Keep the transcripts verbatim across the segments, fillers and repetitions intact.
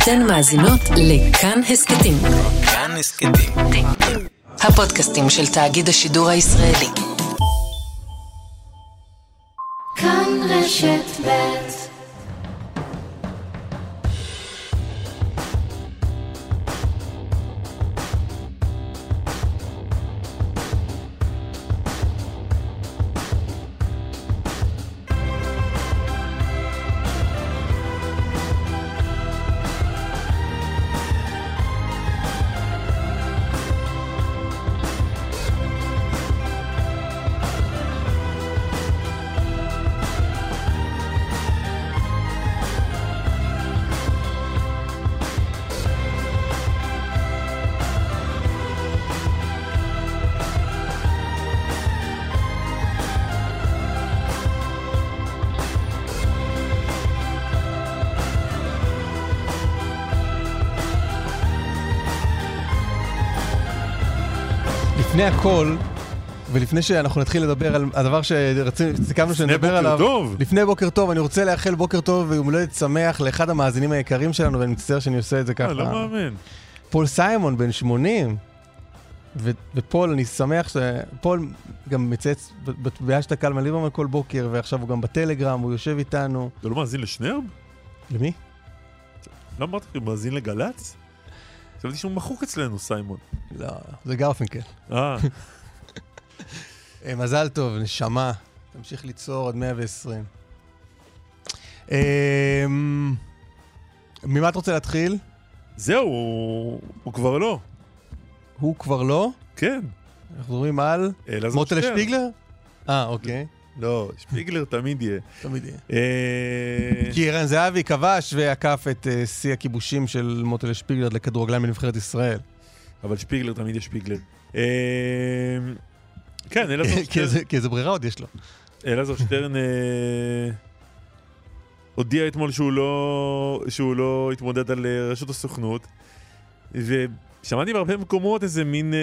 אתן מאזינות לכאן הסקטים. כאן הסקטים. הפודקאסטים של תאגיד השידור הישראלי. כאן רשת ב'. לפני הכל, ולפני שאנחנו נתחיל לדבר על הדבר שסיכמנו שנדבר עליו, טוב. לפני בוקר טוב, אני רוצה לאחל בוקר טוב ויום הולדת שמח לאחד המאזינים היקרים שלנו, ואני מצטער שאני עושה את זה ככה. לא מאמין. פול סיימון, בן שמונים, ו- ופול, אני שמח שפול גם מצייץ בהשטג מליברמן כל בוקר, ועכשיו הוא גם בטלגרם, הוא יושב איתנו. אתה לא מאזין לשנרב? למי? לא אמרת, הוא מאזין לגלץ? חשבתי שהוא מחוק אצלנו, סיימון. לא, זה גרפינקל. אה. מזל טוב, נשמה. תמשיך ליצור עד מאה ועשרים. ממה אתה רוצה להתחיל? זהו, הוא כבר לא. הוא כבר לא? כן. אנחנו מדברים על מוטלה שפיגלר? אה, אוקיי. לא, שפיגלר תמיד יהיה. תמיד יהיה. כי ערן זהבי כבש ועקף את שיא הכיבושים של מוטלה שפיגלר לכדורגלן בנבחרת ישראל. אבל שפיגלר תמיד יש שפיגלר. כן, אלעזר שטרן... כי איזה ברירה עוד יש לו. אלעזר שטרן הודיע אתמול שהוא לא התמודד על רשות הסוכנות, ושמעתי בהרבה מקומות איזה מין...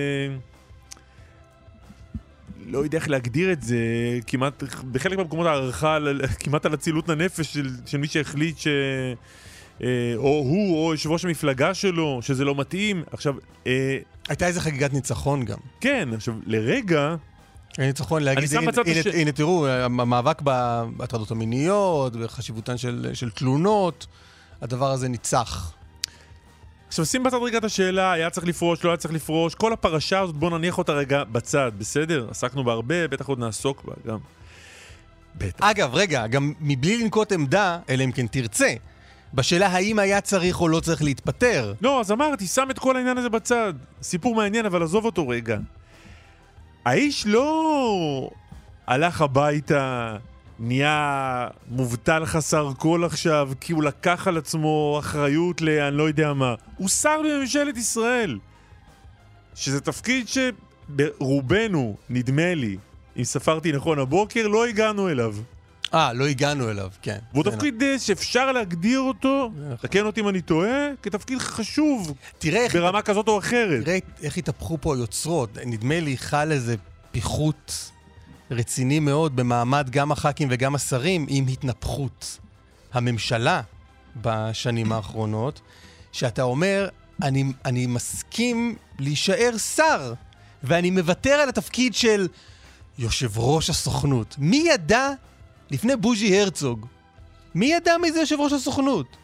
לא יודע איך להגדיר את זה, כמעט, בחלק מהמקומות הערכה, כמעט על הצילות לנפש של, של מי שהחליט ש... או הוא, או יושב ראש המפלגה שלו, שזה לא מתאים. עכשיו... הייתה איזה חגיגת ניצחון גם. כן, עכשיו, לרגע... ניצחון להגיד, הנה, הנה, ש... הנה תראו, המאבק בהטרדות המיניות, בחשיבותן של, של תלונות, הדבר הזה ניצח. עכשיו, שים בצד רגע את השאלה, היה צריך לפרוש, לא היה צריך לפרוש, כל הפרשה הזאת, בוא נניח אותה רגע בצד, בסדר? עסקנו בה הרבה, בטח עוד נעסוק בה גם. בטח. אגב, רגע, גם מבלי לנקוט עמדה, אלא אם כן תרצה, בשאלה האם היה צריך או לא צריך להתפטר. לא, אז אמרתי, שם את כל העניין הזה בצד. סיפור מעניין, אבל עזוב אותו רגע. האיש לא הלך הביתה, נהיה מובטל חסר כל עכשיו, כי הוא לקח על עצמו אחריות ל... אני לא יודע מה. הוא שר בממשלת ישראל. שזה תפקיד שברובנו, נדמה לי, אם ספרתי נכון הבוקר, לא הגענו אליו. אה, לא הגענו אליו, כן. והוא תפקיד שאפשר להגדיר אותו, תקן אותי אם אני טועה, כתפקיד חשוב ברמה כזאת או אחרת. תראה איך התהפכו פה היוצרות. נדמה לי חל איזה פיחות רציני מאוד במעמד גם הח"כים וגם השרים עם התנפחות הממשלה בשנים האחרונות, שאתה אומר, אני, אני מסכים להישאר שר, ואני מוותר על התפקיד של יושב ראש הסוכנות. מי ידע לפני בוז'י הרצוג? מי ידע מי זה יושב ראש הסוכנות?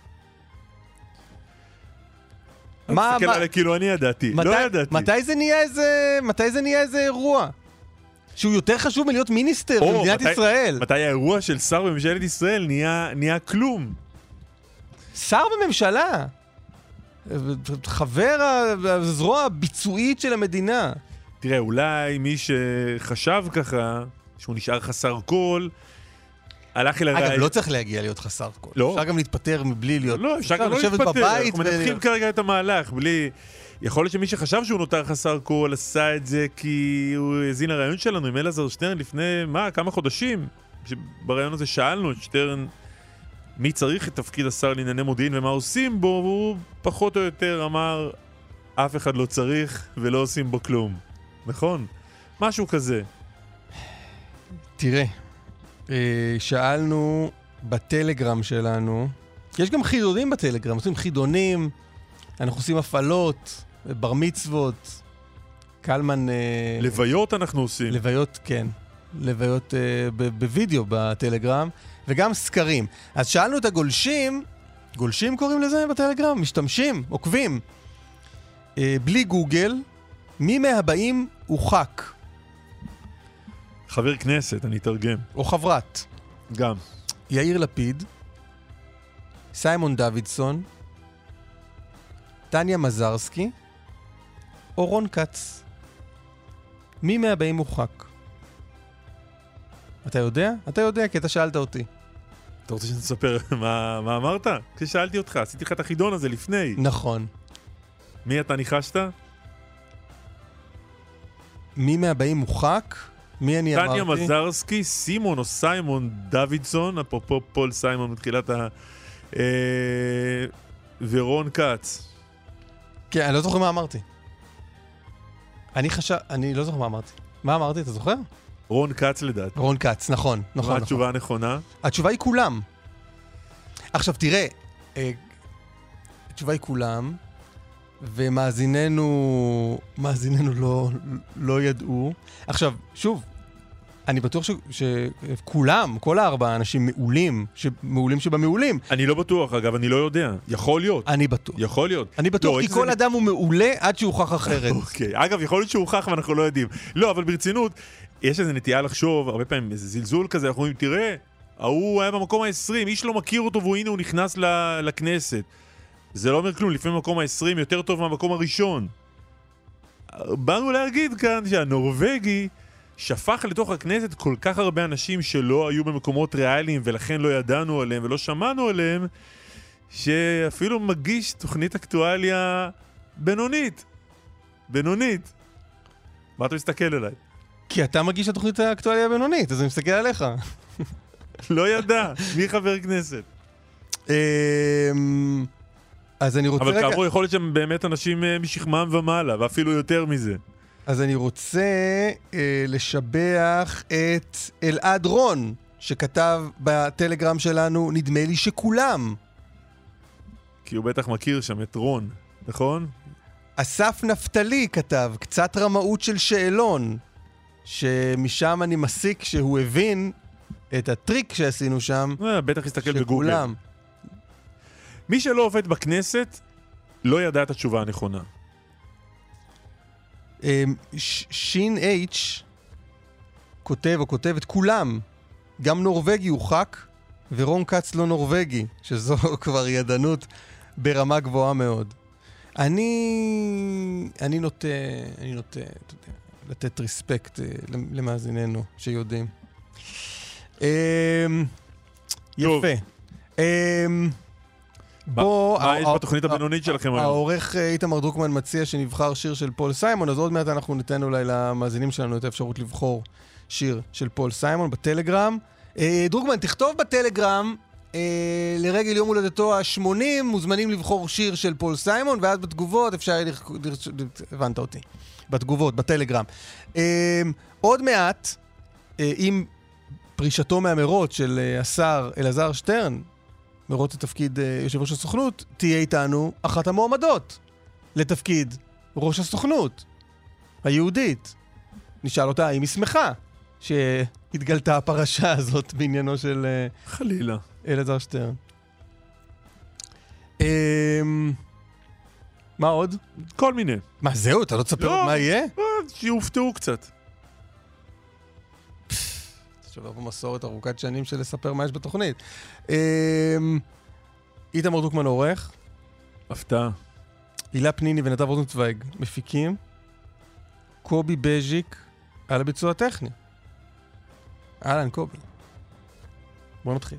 מה, מה? עלי, כאילו אני ידעתי, מתי, לא ידעתי. מתי זה נהיה איזה, מתי זה נהיה איזה אירוע? שהוא יותר חשוב מלהיות מיניסטר או, במדינת מתי, ישראל. מתי האירוע של שר בממשלת ישראל נהיה, נהיה כלום? שר בממשלה. חבר הזרוע הביצועית של המדינה. תראה, אולי מי שחשב ככה, שהוא נשאר חסר כל, הלך אל הרי... אגב, לא צריך להגיע להיות חסר כל. לא. אפשר גם להתפטר מבלי להיות... לא, אפשר גם לא להתפטר. אנחנו מנתחים כרגע את המהלך, בלי... יכול להיות שמי שחשב שהוא נותר חסר כל עשה את זה כי הוא הזין לרעיון שלנו עם אלעזר שטרן לפני, מה, כמה חודשים. ברעיון הזה שאלנו את שטרן מי צריך את תפקיד השר לענייני מודיעין ומה עושים בו, והוא פחות או יותר אמר, אף אחד לא צריך ולא עושים בו כלום. נכון? משהו כזה. תראה, שאלנו בטלגרם שלנו, יש גם חידונים בטלגרם, עושים חידונים, אנחנו עושים הפעלות, בר מצוות, קלמן... לוויות אנחנו עושים. לוויות, כן. לוויות בווידאו בטלגרם, וגם סקרים. אז שאלנו את הגולשים, גולשים קוראים לזה בטלגרם? משתמשים, עוקבים. בלי גוגל, מי מהבאים הוא ח"כ? חבר כנסת, אני אתרגם. או חברת. גם. יאיר לפיד, סיימון דוידסון, טניה מזרסקי, או רון קץ. מי מהבאים הוא ח"כ? אתה יודע? אתה יודע, כי אתה שאלת אותי. אתה רוצה שנספר מה, מה אמרת? כששאלתי אותך, עשיתי לך את החידון הזה לפני. נכון. מי אתה ניחשת? מי מהבאים הוא ח"כ? מי אני אמרתי? טניה מזרסקי, סימון או סיימון דוידסון, אפרופו פול סיימון מתחילת ה... אה... ורון קץ. כן, אני לא זוכר מה אמרתי. אני חשב... אני לא זוכר מה אמרתי. מה אמרתי, אתה זוכר? רון קץ לדעת. רון קץ, נכון, נכון. מה התשובה הנכונה? התשובה היא כולם. עכשיו תראה, אה, התשובה היא כולם, ומאזיננו, מאזיננו לא, לא ידעו. עכשיו, שוב, אני בטוח ש, שכולם, כל הארבעה אנשים מעולים, מעולים שבמעולים. אני לא בטוח, אגב, אני לא יודע. יכול להיות. אני בטוח. יכול להיות. אני בטוח, לא, כי כל זה... אדם הוא מעולה עד שהוכח אחרת. אוקיי. אגב, יכול להיות שהוא הוכח ואנחנו לא יודעים. לא, אבל ברצינות, יש איזו נטייה לחשוב, הרבה פעמים, איזה זלזול כזה, אנחנו אומרים, תראה, הוא היה במקום ה-עשרים, איש לא מכיר אותו, והנה הוא נכנס לכנסת. זה לא אומר כלום, לפעמים מקום ה-עשרים יותר טוב מהמקום הראשון. באנו להגיד כאן שהנורווגי שפך לתוך הכנסת כל כך הרבה אנשים שלא היו במקומות ריאליים ולכן לא ידענו עליהם ולא שמענו עליהם, שאפילו מגיש תוכנית אקטואליה בינונית. בינונית. מה אתה מסתכל אליי? כי אתה מגיש את התוכנית האקטואליה הבינונית, אז אני מסתכל עליך. לא ידע, מי חבר כנסת? אז אני רוצה... אבל כאמור יכול להיות שהם באמת אנשים משכמם ומעלה, ואפילו יותר מזה. אז אני רוצה אה, לשבח את אלעד רון, שכתב בטלגרם שלנו, נדמה לי שכולם. כי הוא בטח מכיר שם את רון, נכון? אסף נפתלי כתב, קצת רמאות של שאלון, שמשם אני מסיק שהוא הבין את הטריק שעשינו שם. אה, בטח הסתכל בגוגל. שכולם. מי שלא עובד בכנסת, לא ידע את התשובה הנכונה. שין אייץ' כותב או כותבת כולם, גם נורווגי הוא ח"כ ורון קץ לא נורווגי, שזו כבר ידענות ברמה גבוהה מאוד. אני אני נוטה אני נוטה אתה יודע, לתת ריספקט למאזיננו שיודעים. יפה. בוא, מה יש בתוכנית הבינונית שלכם היום? העורך איתמר דרוקמן מציע שנבחר שיר של פול סיימון, אז עוד מעט אנחנו ניתן אולי למאזינים שלנו את האפשרות לבחור שיר של פול סיימון בטלגרם. דרוקמן, תכתוב בטלגרם לרגל יום הולדתו ה-שמונים, מוזמנים לבחור שיר של פול סיימון, ואז בתגובות אפשר... הבנת אותי. בתגובות, בטלגרם. עוד מעט, עם פרישתו מהמרוץ של השר אלעזר שטרן, מרוץ לתפקיד יושב ראש הסוכנות, תהיה איתנו אחת המועמדות לתפקיד ראש הסוכנות היהודית. נשאל אותה, האם היא שמחה שהתגלתה הפרשה הזאת בעניינו של חלילה אלעזר שטרן. מה עוד? כל מיני. מה זהו? אתה לא תספר עוד מה יהיה? שיופתעו קצת. שובר פה מסורת ארוכת שנים של לספר מה יש בתוכנית. איתמר דרוקמן עורך. הפתעה. הילה פניני ונתב רוזנצוויג מפיקים. קובי בז'יק על הביצוע הטכני. אהלן קובי. בוא נתחיל.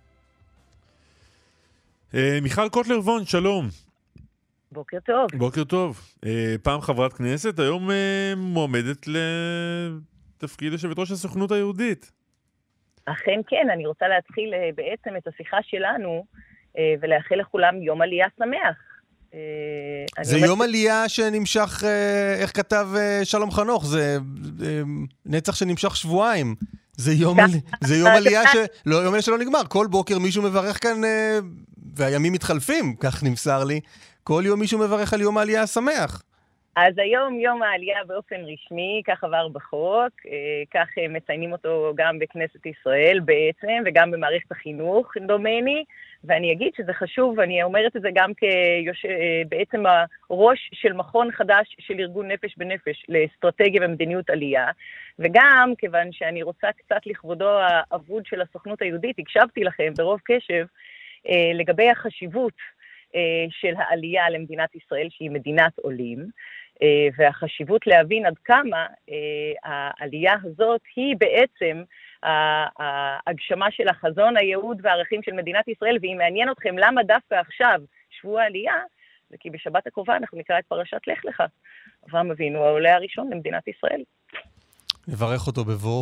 מיכל קוטלר וון, שלום. בוקר טוב. בוקר טוב. פעם חברת כנסת, היום מועמדת לתפקיד יושבת ראש הסוכנות היהודית. אכן כן, אני רוצה להתחיל בעצם את השיחה שלנו ולאחל לכולם יום עלייה שמח. זה יום עלייה שנמשך, איך כתב שלום חנוך, זה נצח שנמשך שבועיים. זה יום עלייה ש... לא, יום עלייה שלא נגמר. כל בוקר מישהו מברך כאן והימים מתחלפים, כך נמסר לי. כל יום מישהו מברך על יום העלייה השמח. אז היום יום העלייה באופן רשמי, כך עבר בחוק, כך מציינים אותו גם בכנסת ישראל בעצם, וגם במערכת החינוך, דומני, ואני אגיד שזה חשוב, ואני אומרת את זה גם בעצם הראש של מכון חדש של ארגון נפש בנפש לאסטרטגיה ומדיניות עלייה, וגם כיוון שאני רוצה קצת לכבודו האבוד של הסוכנות היהודית, הקשבתי לכם ברוב קשב לגבי החשיבות של העלייה למדינת ישראל, שהיא מדינת עולים, והחשיבות להבין עד כמה העלייה הזאת היא בעצם ההגשמה של החזון, הייעוד והערכים של מדינת ישראל, ואם מעניין אתכם למה דווקא עכשיו שבוע העלייה, זה כי בשבת הקרובה אנחנו נקרא את פרשת לך לך. אברהם אבינו העולה הראשון למדינת ישראל. נברך אותו בבוא.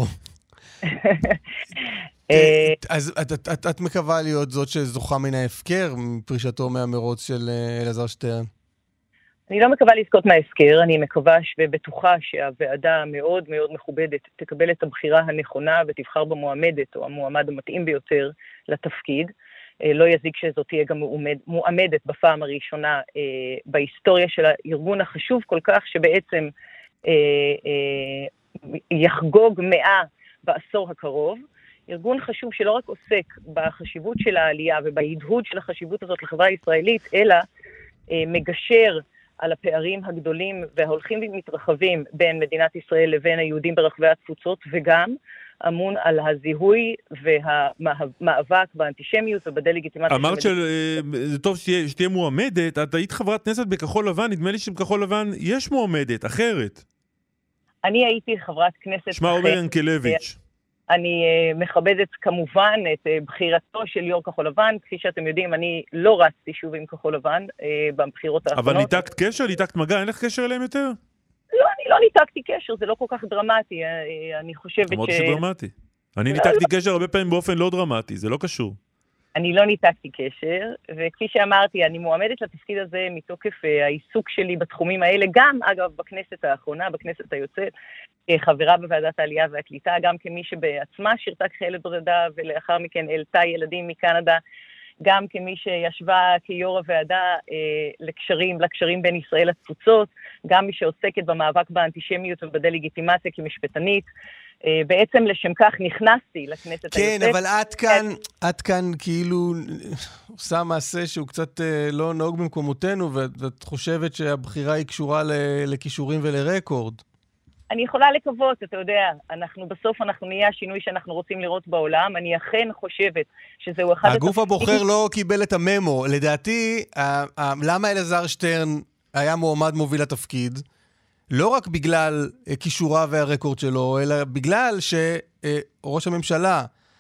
אז את מקווה להיות זאת שזוכה מן ההפקר, מפרישתו מהמרוץ של אלעזר שטרן? אני לא מקווה לזכות מההפקר, אני מקווה ובטוחה שהוועדה מאוד מאוד מכובדת תקבל את הבחירה הנכונה ותבחר במועמדת או המועמד המתאים ביותר לתפקיד. לא יזיק שזאת תהיה גם מועמד, מועמדת בפעם הראשונה אה, בהיסטוריה של הארגון החשוב כל כך, שבעצם אה, אה, יחגוג מאה בעשור הקרוב. ארגון חשוב שלא רק עוסק בחשיבות של העלייה ובהדהוד של החשיבות הזאת לחברה הישראלית, אלא אה, מגשר על הפערים הגדולים וההולכים ומתרחבים בין מדינת ישראל לבין היהודים ברחבי התפוצות, וגם אמון על הזיהוי והמאבק באנטישמיות ובדה-לגיטימציה. אמרת שזה טוב שתהיה, שתהיה מועמדת, את היית חברת כנסת בכחול לבן, נדמה לי שבכחול לבן יש מועמדת, אחרת. אני הייתי חברת כנסת... שמה עומר ינקלביץ'. אני uh, מכבדת כמובן את uh, בחירתו של יו"ר כחול לבן, כפי שאתם יודעים, אני לא רצתי שוב עם כחול לבן uh, בבחירות האחרונות. אבל ניתקת קשר? ניתקת מגע? אין לך קשר אליהם יותר? לא, אני לא ניתקתי קשר, זה לא כל כך דרמטי, uh, אני חושבת ש... אמרת שדרמטי. אני ניתקתי קשר הרבה פעמים באופן לא דרמטי, זה לא קשור. אני לא ניתקתי קשר, וכפי שאמרתי, אני מועמדת לתפקיד הזה מתוקף uh, העיסוק שלי בתחומים האלה, גם אגב בכנסת האחרונה, בכנסת היוצאת, כחברה בוועדת העלייה והקליטה, גם כמי שבעצמה שירתה כחיילת בודדה, ולאחר מכן העלתה ילדים מקנדה, גם כמי שישבה כיו"ר הוועדה אה, לקשרים, לקשרים בין ישראל לתפוצות, גם מי שעוסקת במאבק באנטישמיות ובדה-לגיטימציה כמשפטנית. אה, בעצם לשם כך נכנסתי לכנסת כן, היוצאת. כן, אבל את כאן, את כאן כאילו עושה מעשה שהוא קצת אה, לא נהוג במקומותינו, ואת, ואת חושבת שהבחירה היא קשורה לכישורים ולרקורד. אני יכולה לקוות, אתה יודע, אנחנו בסוף אנחנו נהיה השינוי שאנחנו רוצים לראות בעולם, אני אכן חושבת שזהו אחד... הגוף הבוחר לא קיבל את הממו, לדעתי, למה אלעזר שטרן היה מועמד מוביל לתפקיד? לא רק בגלל כישוריו והרקורד שלו, אלא בגלל שראש הממשלה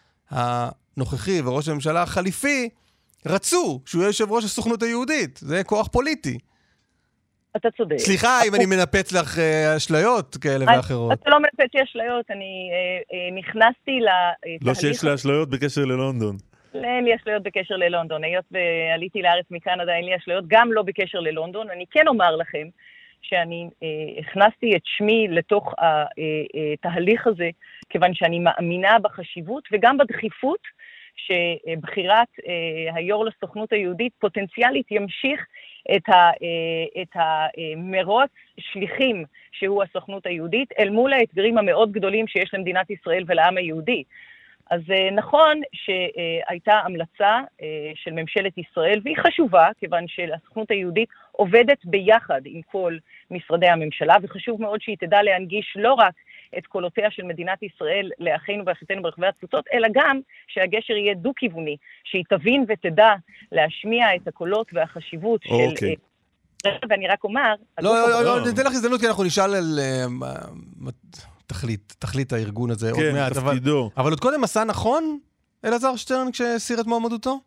הנוכחי וראש הממשלה החליפי רצו שהוא יהיה יושב ראש הסוכנות היהודית, זה כוח פוליטי. אתה צודק. סליחה אם אני מנפץ לך אשליות כאלה ואחרות. אתה לא מנפץ לי אשליות, אני נכנסתי לתהליך... לא שיש לה אשליות בקשר ללונדון. אין לי אשליות בקשר ללונדון, היות ועליתי לארץ מקנדה, אין לי אשליות, גם לא בקשר ללונדון. אני כן אומר לכם שאני הכנסתי את שמי לתוך התהליך הזה, כיוון שאני מאמינה בחשיבות וגם בדחיפות, שבחירת היו"ר לסוכנות היהודית פוטנציאלית ימשיך את, ה, את המרוץ שליחים שהוא הסוכנות היהודית, אל מול האתגרים המאוד גדולים שיש למדינת ישראל ולעם היהודי. אז נכון שהייתה המלצה של ממשלת ישראל, והיא חשובה, כיוון שהסוכנות היהודית עובדת ביחד עם כל משרדי הממשלה, וחשוב מאוד שהיא תדע להנגיש לא רק את קולותיה של מדינת ישראל לאחינו ואחיותינו ברחבי התפוצות, אלא גם שהגשר יהיה דו-כיווני, שהיא תבין ותדע להשמיע את הקולות והחשיבות אוקיי. של... ואני רק אומר... לא, לא, לא, ניתן לך הזדמנות, כי אנחנו נשאל על תכלית, תכלית הארגון הזה עוד מעט. כן, תפקידו. אבל עוד קודם עשה נכון אלעזר שטרן כשהסיר את מועמדותו?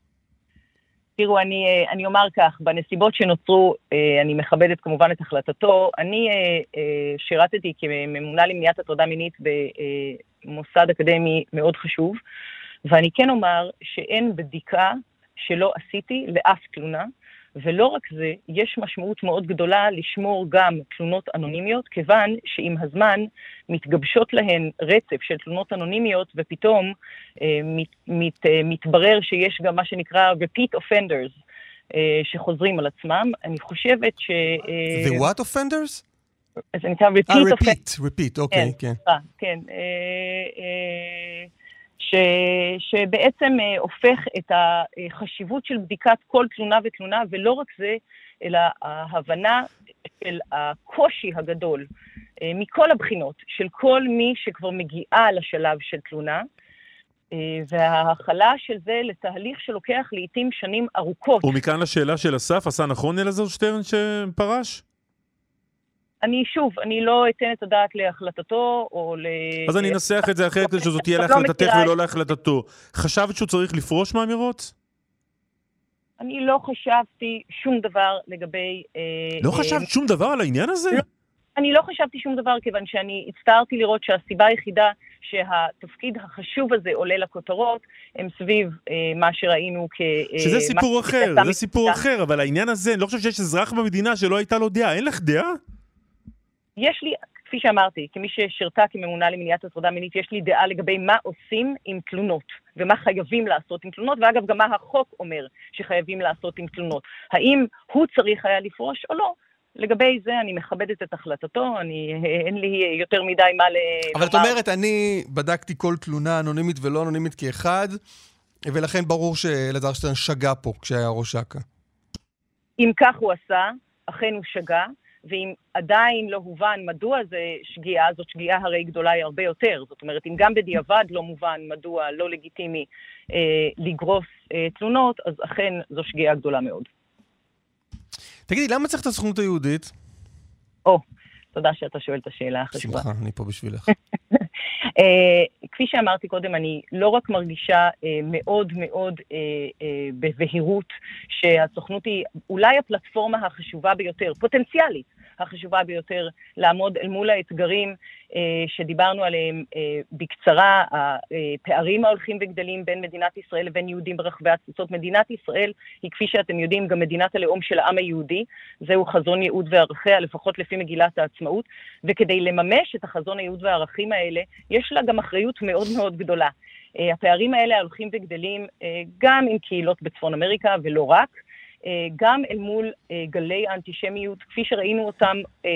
תראו, אני, אני אומר כך, בנסיבות שנוצרו, אני מכבדת כמובן את החלטתו. אני שירתתי כממונה למניעת הטרדה מינית במוסד אקדמי מאוד חשוב, ואני כן אומר שאין בדיקה שלא עשיתי לאף תלונה, ולא רק זה, יש משמעות מאוד גדולה לשמור גם תלונות אנונימיות, כיוון שעם הזמן מתגבשות להן רצף של תלונות אנונימיות, ופתאום אה, מת, מת, אה, מתברר שיש גם מה שנקרא repeat offenders, אה, שחוזרים על עצמם. אני חושבת ש... The what offenders? זה נקרא repeat ah, offenders. repeat, repeat, אוקיי, כן. כן, כן. אה, אה, ש, שבעצם אה, הופך את החשיבות של בדיקת כל תלונה ותלונה, ולא רק זה, אלא ההבנה של הקושי הגדול אה, מכל הבחינות, של כל מי שכבר מגיעה לשלב של תלונה, אה, וההחלה של זה לתהליך שלוקח לעתים שנים ארוכות. ומכאן לשאלה של אסף, עשה נכון אלעזר שטרן שפרש? אני שוב, אני לא אתן את הדעת להחלטתו, או ל... אז אני אנסח את זה אחרת, שזאת תהיה להחלטתך ולא להחלטתו. חשבת שהוא צריך לפרוש מהמרוץ? אני לא חשבתי שום דבר לגבי... לא חשבת שום דבר על העניין הזה? אני לא חשבתי שום דבר, כיוון שאני הצטערתי לראות שהסיבה היחידה שהתפקיד החשוב הזה עולה לכותרות, הם סביב מה שראינו כ... שזה סיפור אחר, זה סיפור אחר, אבל העניין הזה, אני לא חושב שיש אזרח במדינה שלא הייתה לו דעה. אין לך דעה? יש לי, כפי שאמרתי, כמי ששירתה כממונה למניעת הטרדה מינית, יש לי דעה לגבי מה עושים עם תלונות, ומה חייבים לעשות עם תלונות, ואגב, גם מה החוק אומר שחייבים לעשות עם תלונות. האם הוא צריך היה לפרוש או לא? לגבי זה אני מכבדת את החלטתו, אני, אין לי יותר מדי מה ל... אבל את אומרת, אני בדקתי כל תלונה אנונימית ולא אנונימית כאחד, ולכן ברור שאלעזר שטרן שגה פה כשהיה ראש אכ"א. אם כך הוא עשה, אכן הוא שגה, ואם עדיין לא הובן מדוע זה שגיאה, זאת שגיאה הרי גדולה היא הרבה יותר. זאת אומרת, אם גם בדיעבד לא מובן מדוע לא לגיטימי אה, לגרוס אה, תלונות, אז אכן זו שגיאה גדולה מאוד. תגידי, למה צריך את הסוכנות היהודית? או, תודה שאתה שואל את השאלה החשובה. שמחה, אני פה בשבילך. Uh, כפי שאמרתי קודם, אני לא רק מרגישה uh, מאוד מאוד uh, uh, בבהירות שהסוכנות היא אולי הפלטפורמה החשובה ביותר, פוטנציאלית החשובה ביותר, לעמוד אל מול האתגרים uh, שדיברנו עליהם uh, בקצרה, הפערים ההולכים וגדלים בין מדינת ישראל לבין יהודים ברחבי התפוצות. מדינת ישראל היא, כפי שאתם יודעים, גם מדינת הלאום של העם היהודי, זהו חזון ייעוד וערכיה, לפחות לפי מגילת העצמאות, וכדי לממש את החזון הייעוד והערכים האלה, יש לה גם אחריות מאוד מאוד גדולה. Uh, הפערים האלה הולכים וגדלים uh, גם עם קהילות בצפון אמריקה ולא רק, uh, גם אל מול uh, גלי האנטישמיות, כפי שראינו אותם uh,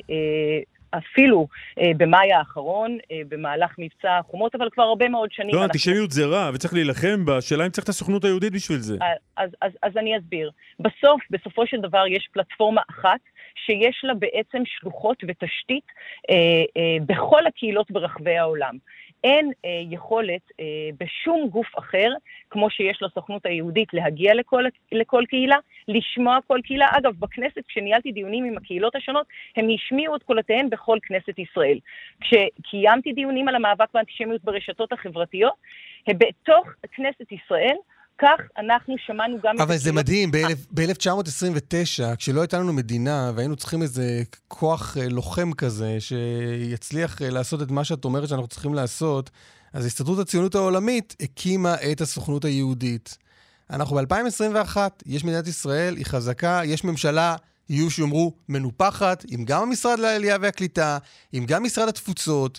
uh, אפילו uh, במאי האחרון, uh, במהלך מבצע חומות, אבל כבר הרבה מאוד שנים. לא, אנחנו... אנטישמיות זה רע, וצריך להילחם בה, שאלה אם צריך את הסוכנות היהודית בשביל זה. אז, אז, אז, אז אני אסביר. בסוף, בסופו של דבר, יש פלטפורמה אחת, שיש לה בעצם שלוחות ותשתית אה, אה, בכל הקהילות ברחבי העולם. אין אה, יכולת אה, בשום גוף אחר, כמו שיש לסוכנות היהודית, להגיע לכל, לכל קהילה, לשמוע כל קהילה. אגב, בכנסת, כשניהלתי דיונים עם הקהילות השונות, הם השמיעו את קולותיהם בכל כנסת ישראל. כשקיימתי דיונים על המאבק באנטישמיות ברשתות החברתיות, בתוך כנסת ישראל, כך אנחנו שמענו גם... אבל זה מדהים, ב-אלף תשע מאות עשרים ותשע, כשלא הייתה לנו מדינה, והיינו צריכים איזה כוח לוחם כזה, שיצליח לעשות את מה שאת אומרת שאנחנו צריכים לעשות, אז הסתדרות הציונות העולמית הקימה את הסוכנות היהודית. אנחנו ב-אלפיים עשרים ואחת, יש מדינת ישראל, היא חזקה, יש ממשלה, יהיו שיאמרו מנופחת, עם גם המשרד לעלייה והקליטה, עם גם משרד התפוצות.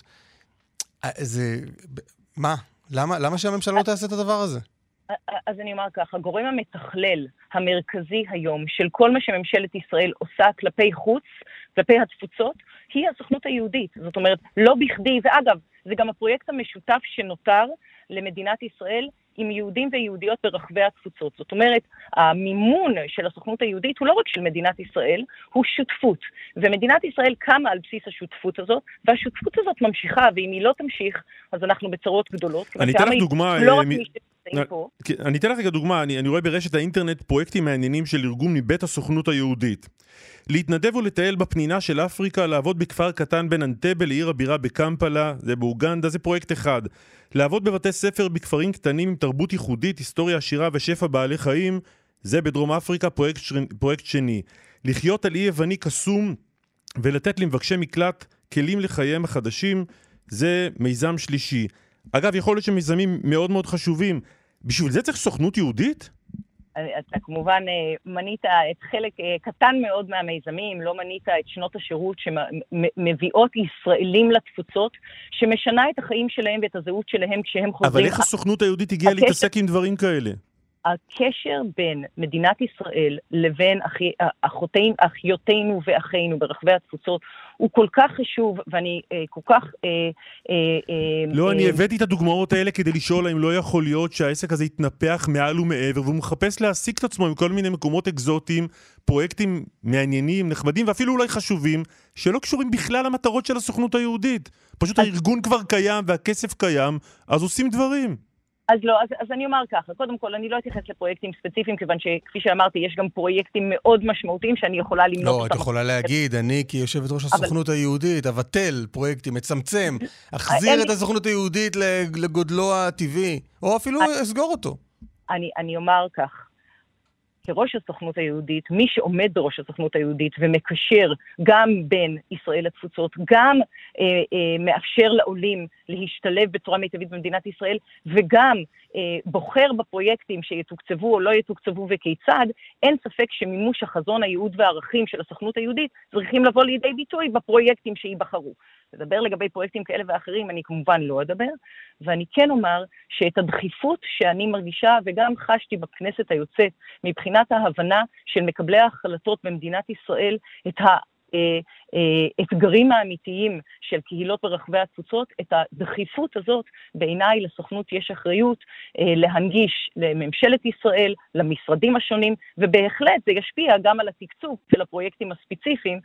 זה... מה? למה, למה שהממשלה לא תעשה את הדבר הזה? אז אני אומר כך, הגורם המתכלל המרכזי היום של כל מה שממשלת ישראל עושה כלפי חוץ, כלפי התפוצות, היא הסוכנות היהודית. זאת אומרת, לא בכדי, ואגב, זה גם הפרויקט המשותף שנותר למדינת ישראל עם יהודים ויהודיות ברחבי התפוצות. זאת אומרת, המימון של הסוכנות היהודית הוא לא רק של מדינת ישראל, הוא שותפות. ומדינת ישראל קמה על בסיס השותפות הזאת, והשותפות הזאת ממשיכה, ואם היא לא תמשיך, אז אנחנו בצרות גדולות. אני אתן לך דוגמה... לא רק מי פה. אני אתן לך רגע דוגמה, אני, אני רואה ברשת האינטרנט פרויקטים מעניינים של ארגון מבית הסוכנות היהודית. להתנדב ולטייל בפנינה של אפריקה, לעבוד בכפר קטן בין אנטבה לעיר הבירה בקמפלה, זה באוגנדה, זה פרויקט אחד. לעבוד בבתי ספר בכפרים קטנים עם תרבות ייחודית, היסטוריה עשירה ושפע בעלי חיים, זה בדרום אפריקה פרויקט, פרויקט שני. לחיות על אי יווני קסום ולתת למבקשי מקלט כלים לחייהם החדשים, זה מיזם שלישי. אגב, יכול להיות שמיזמים מאוד מאוד חשובים. בשביל זה צריך סוכנות יהודית? אתה כמובן מנית את חלק קטן מאוד מהמיזמים, לא מנית את שנות השירות שמביאות ישראלים לתפוצות, שמשנה את החיים שלהם ואת הזהות שלהם כשהם חוזרים. אבל איך הסוכנות היהודית הגיעה הקשר... להתעסק עם דברים כאלה? הקשר בין מדינת ישראל לבין אחי, אחותינו, אחיותינו ואחינו ברחבי התפוצות הוא כל כך חשוב, ואני אה, כל כך... אה, אה, לא, אה, אני אה, הבאתי את הדוגמאות האלה כדי לשאול האם לא יכול להיות שהעסק הזה יתנפח מעל ומעבר, והוא מחפש להשיג את עצמו עם כל מיני מקומות אקזוטיים, פרויקטים מעניינים, נחמדים, ואפילו אולי חשובים, שלא קשורים בכלל למטרות של הסוכנות היהודית. פשוט אז... הארגון כבר קיים והכסף קיים, אז עושים דברים. אז לא, אז, אז אני אומר ככה, קודם כל, אני לא אתייחס לפרויקטים ספציפיים, כיוון שכפי שאמרתי, יש גם פרויקטים מאוד משמעותיים שאני יכולה למנות אותם. לא, את יכולה להגיד, אני כיושבת ראש הסוכנות היהודית, אבטל פרויקטים, מצמצם, אחזיר את הסוכנות היהודית לגודלו הטבעי, או אפילו אסגור אותו. אני, אני אומר כך, כראש הסוכנות היהודית, מי שעומד בראש הסוכנות היהודית ומקשר גם בין ישראל לתפוצות, גם אה, אה, מאפשר לעולים להשתלב בצורה מיטבית במדינת ישראל, וגם אה, בוחר בפרויקטים שיתוקצבו או לא יתוקצבו וכיצד, אין ספק שמימוש החזון, הייעוד והערכים של הסוכנות היהודית צריכים לבוא לידי ביטוי בפרויקטים שיבחרו. לדבר לגבי פרויקטים כאלה ואחרים, אני כמובן לא אדבר, ואני כן אומר שאת הדחיפות שאני מרגישה וגם חשתי בכנסת היוצאת, מבחינת ההבנה של מקבלי ההחלטות במדינת ישראל, את האתגרים האמיתיים של קהילות ברחבי התפוצות, את הדחיפות הזאת בעיניי לסוכנות יש אחריות להנגיש לממשלת ישראל, למשרדים השונים, ובהחלט זה ישפיע גם על התקצוב של הפרויקטים הספציפיים,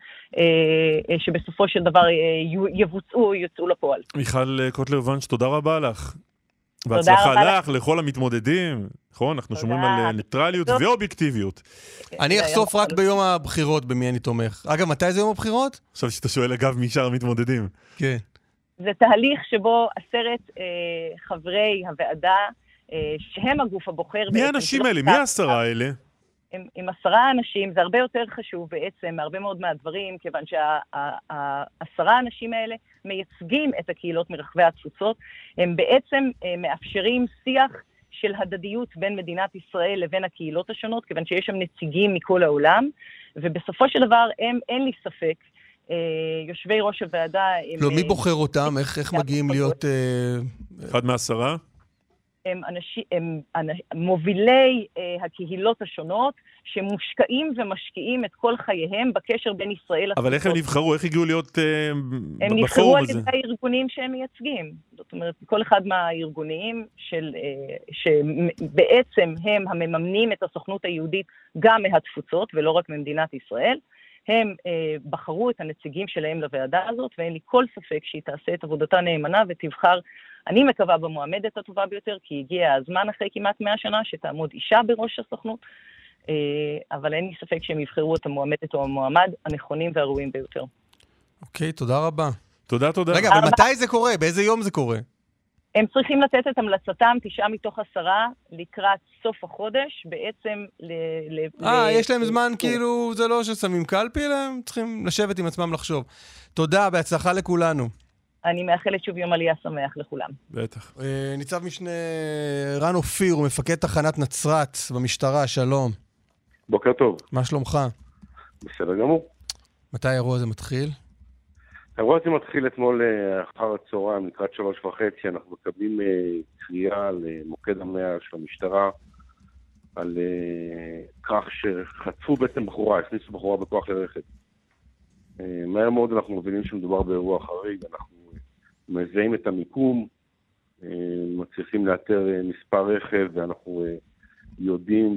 שבסופו של דבר יבוצעו או יוצאו לפועל. מיכל קוטלר-וונש, תודה רבה לך. והצלחה לך, לכל המתמודדים. נכון, אנחנו שומרים על ניטרליות ואובייקטיביות. אני אחשוף רק ביום הבחירות במי אני תומך. אגב, מתי זה יום הבחירות? עכשיו שאתה שואל אגב מי שאר המתמודדים. כן. זה תהליך שבו עשרת חברי הוועדה, שהם הגוף הבוחר... מי האנשים האלה? מי העשרה האלה? עם, עם עשרה אנשים, זה הרבה יותר חשוב בעצם, מהרבה מאוד מהדברים, כיוון שהעשרה האנשים האלה מייצגים את הקהילות מרחבי התפוצות, הם בעצם מאפשרים שיח של הדדיות בין מדינת ישראל לבין הקהילות השונות, כיוון שיש שם נציגים מכל העולם, ובסופו של דבר הם, אין לי ספק, יושבי ראש הוועדה... לא, מי בוחר אותם? איך, איך מגיעים להיות... אחד מעשרה? הם, אנשים, הם מובילי uh, הקהילות השונות, שמושקעים ומשקיעים את כל חייהם בקשר בין ישראל לתפוצות. אבל איך הם נבחרו? איך הגיעו להיות uh, בפורום הזה? הם נבחרו על ידי הארגונים שהם מייצגים. זאת אומרת, כל אחד מהארגונים של, uh, שבעצם הם המממנים את הסוכנות היהודית גם מהתפוצות, ולא רק ממדינת ישראל, הם אה, בחרו את הנציגים שלהם לוועדה הזאת, ואין לי כל ספק שהיא תעשה את עבודתה נאמנה ותבחר, אני מקווה במועמדת הטובה ביותר, כי הגיע הזמן אחרי כמעט מאה שנה שתעמוד אישה בראש הסוכנות, אה, אבל אין לי ספק שהם יבחרו את המועמדת או המועמד הנכונים והראויים ביותר. אוקיי, תודה רבה. תודה, תודה. רגע, אבל מתי זה קורה? באיזה יום זה קורה? הם צריכים לתת את המלצתם, תשעה מתוך עשרה, לקראת סוף החודש, בעצם ל... אה, יש להם זמן, כאילו, זה לא ששמים קלפי, אלא הם צריכים לשבת עם עצמם לחשוב. תודה, בהצלחה לכולנו. אני מאחלת שוב יום עלייה שמח לכולם. בטח. ניצב משנה רן אופיר, הוא מפקד תחנת נצרת במשטרה, שלום. בוקר טוב. מה שלומך? בסדר גמור. מתי האירוע הזה מתחיל? האירוע הזה מתחיל אתמול אחר הצהריים, לקראת שלוש וחצי, אנחנו מקבלים קריאה למוקד המאה של המשטרה, על כך שחטפו בעצם בחורה, הכניסו בחורה בכוח לרכב. מהר מאוד אנחנו מבינים שמדובר באירוע חריג, אנחנו מזהים את המיקום, מצליחים לאתר מספר רכב, ואנחנו יודעים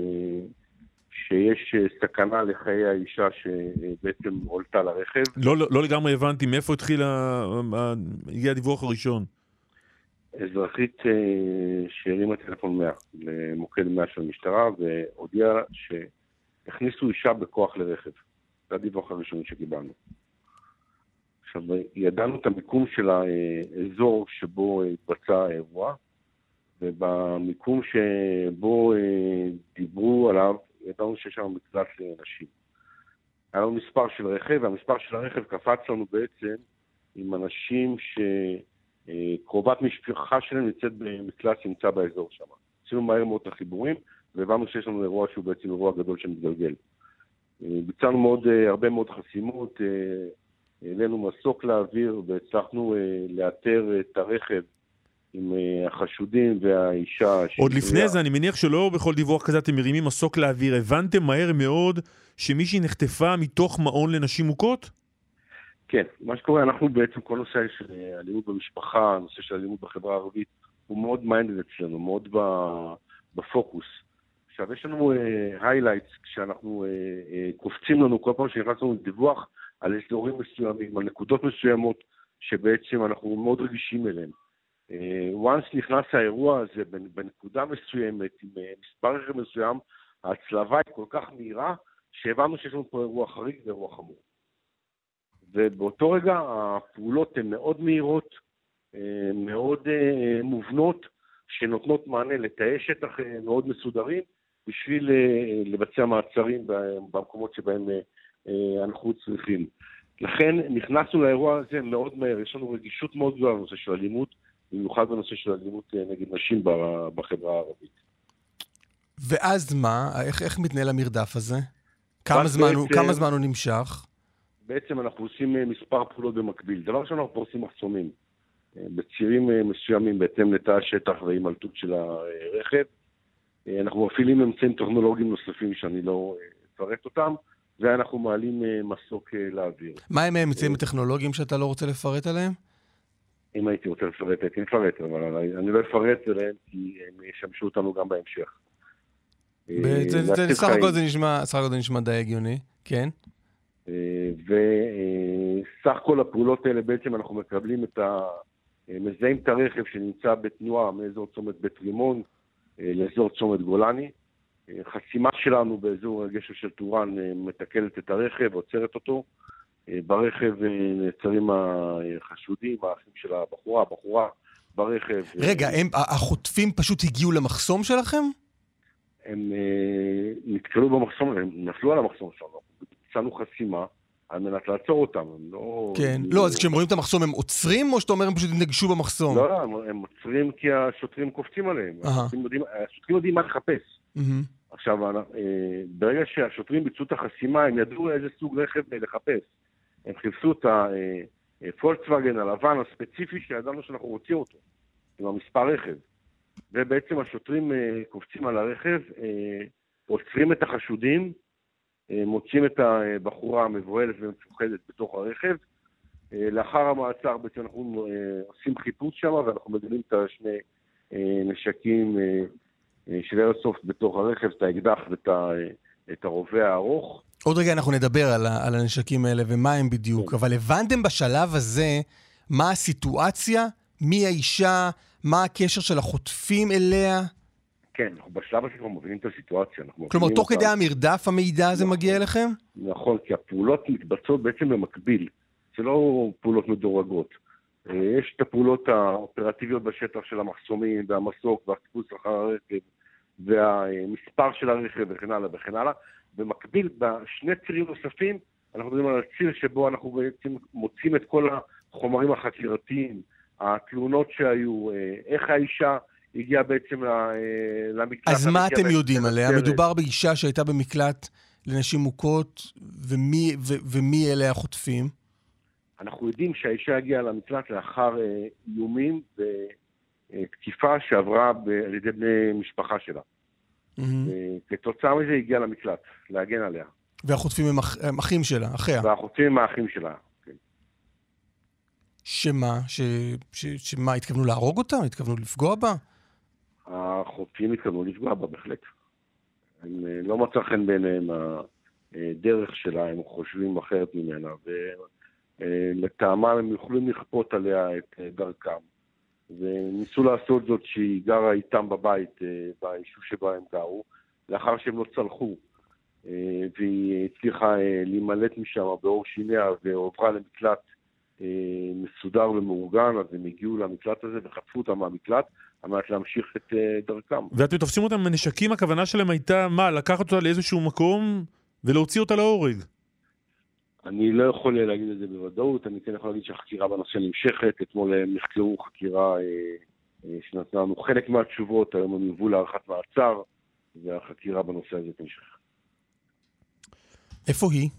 שיש סכנה לחיי האישה שבעצם עולתה לרכב. לא, לא, לא לגמרי הבנתי, מאיפה התחיל, הגיע הדיווח הראשון? אזרחית שהרימה טלפון מאה למוקד מאה של המשטרה, והודיעה שהכניסו אישה בכוח לרכב. זה הדיווח הראשון שקיבלנו. עכשיו, ידענו את המיקום של האזור שבו התבצע האירוע, ובמיקום שבו דיברו עליו, ידענו שיש שם מקלט לנשים. היה לנו מספר של רכב, והמספר של הרכב קפץ לנו בעצם עם אנשים שקרובת משפחה שלהם נמצאת במקלט שנמצא באזור שם. עשינו מהר מאוד את החיבורים, והבנו שיש לנו אירוע שהוא בעצם אירוע גדול שמתגלגל. ביצענו מאוד, הרבה מאוד חסימות, העלינו מסוק לאוויר והצלחנו לאתר את הרכב עם החשודים והאישה. עוד לפני זה, אני מניח שלא בכל דיווח כזה אתם מרימים מסוק לאוויר. הבנתם מהר מאוד שמישהי נחטפה מתוך מעון לנשים מוכות? כן, מה שקורה, אנחנו בעצם כל נושא של אלימות במשפחה, נושא של אלימות בחברה הערבית, הוא מאוד מיינדד אצלנו, מאוד בפוקוס. עכשיו, יש לנו היילייטס, כשאנחנו קופצים לנו כל פעם שנכנסנו לדיווח על אזורים מסוימים, על נקודות מסוימות, שבעצם אנחנו מאוד רגישים אליהם. once נכנס האירוע הזה בנקודה מסוימת, עם מספר רכב מסוים, ההצלבה היא כל כך מהירה, שהבנו שיש לנו פה אירוע חריג ואירוע חמור. ובאותו רגע הפעולות הן מאוד מהירות, מאוד מובנות, שנותנות מענה לתאי שטח מאוד מסודרים, בשביל לבצע מעצרים במקומות שבהם אנחנו צריכים. לכן נכנסנו לאירוע הזה מאוד מהר, יש לנו רגישות מאוד גדולה בנושא של אלימות, במיוחד בנושא של אלימות נגד נשים בחברה הערבית. ואז מה? איך, איך מתנהל המרדף הזה? כמה זמן, בעצם, הוא, כמה זמן הוא נמשך? בעצם אנחנו עושים מספר פעולות במקביל. דבר ראשון, אנחנו פורסים מחסומים. בצירים מסוימים בהתאם לתא השטח וההימלטות של הרכב. אנחנו מפעילים אמצעים טכנולוגיים נוספים שאני לא אפרט אותם, ואנחנו מעלים מסוק לאוויר. מה הם האמצעים הטכנולוגיים שאתה לא רוצה לפרט עליהם? אם הייתי רוצה לפרט, הייתי מפרט, אבל אני לא אפרט עליהם, כי הם ישמשו אותנו גם בהמשך. סך הכל זה נשמע, סך הכל זה נשמע די הגיוני, כן? וסך כל הפעולות האלה בעצם אנחנו מקבלים את ה... מזהים את הרכב שנמצא בתנועה מאזור צומת בית רימון לאזור צומת גולני. חסימה שלנו באזור הגשר של טורן מתקלת את הרכב, עוצרת אותו. ברכב נעצרים החשודים, האחים של הבחורה, הבחורה ברכב. רגע, הם, החוטפים פשוט הגיעו למחסום שלכם? הם נתקלו במחסום, הם נפלו על המחסום שלנו. ביצענו חסימה על מנת לעצור אותם. לא, כן, לא, אז כשהם רואים את המחסום הם עוצרים, או שאתה אומר הם פשוט נגשו במחסום? לא, הם, הם עוצרים כי השוטרים קופצים עליהם. השוטרים יודעים, השוטרים יודעים מה לחפש. עכשיו, ברגע שהשוטרים ביצעו את החסימה, הם ידעו איזה סוג רכב לחפש. הם חיפשו את הפולקסווגן הלבן הספציפי שידענו שאנחנו רוצים אותו, עם המספר רכב. ובעצם השוטרים קופצים על הרכב, עוצרים את החשודים, מוצאים את הבחורה המבוהלת ומפוחדת בתוך הרכב. לאחר המעצר בעצם אנחנו עושים חיפוש שם, ואנחנו מגלים את השני נשקים של איירסופט בתוך הרכב, את האקדח ואת הרובה הארוך. עוד רגע אנחנו נדבר על, על הנשקים האלה ומה הם בדיוק, אבל הבנתם בשלב הזה מה הסיטואציה, מי האישה, מה הקשר של החוטפים אליה? כן, אנחנו בשלב הזה כבר מבינים את הסיטואציה. כלומר, תוך כדי המרדף המידע הזה מגיע אליכם? נכון, כי הפעולות מתבצעות בעצם במקביל. זה לא פעולות מדורגות. יש את הפעולות האופרטיביות בשטח של המחסומים והמסוק והחיפוש אחר הרכב והמספר של הרכב וכן הלאה וכן הלאה. במקביל, בשני צירים נוספים, אנחנו מדברים על הציר שבו אנחנו בעצם מוצאים את כל החומרים החקירתיים, התלונות שהיו, איך האישה הגיעה בעצם למקלט. אז מה אתם יודעים עליה? מדובר באישה שהייתה במקלט לנשים מוכות, ומי, ו, ומי אלה החוטפים? אנחנו יודעים שהאישה הגיעה למקלט לאחר איומים ותקיפה שעברה על ידי בני משפחה שלה. כתוצאה מזה הגיעה למקלט, להגן עליה. והחוטפים הם, אח, הם אחים שלה, אחיה. והחוטפים הם האחים שלה, כן. שמה? ש, ש, שמה, התכוונו להרוג אותה? התכוונו לפגוע בה? החוטפים התכוונו לפגוע בה, בהחלט. הם לא מצא חן ביניהם הדרך שלה, הם חושבים אחרת ממנה, ולטעמם הם יכולים לכפות עליה את דרכם. וניסו לעשות זאת שהיא גרה איתם בבית, ביישוב שבה הם גרו, לאחר שהם לא צלחו, והיא הצליחה להימלט משם באור שיניה, ועוברה למקלט מסודר ומאורגן, אז הם הגיעו למקלט הזה וחטפו אותם מהמקלט, על מנת להמשיך את דרכם. ואתם תופסים אותם מנשקים, הכוונה שלהם הייתה, מה, לקחת אותה לאיזשהו מקום ולהוציא אותה להורג? אני לא יכול להגיד את זה בוודאות, אני כן יכול להגיד שהחקירה בנושא נמשכת, אתמול הם נחקרו חקירה שנתנה לנו חלק מהתשובות, היום הם יובאו להארכת מעצר, והחקירה בנושא הזה תמשך. איפה היא?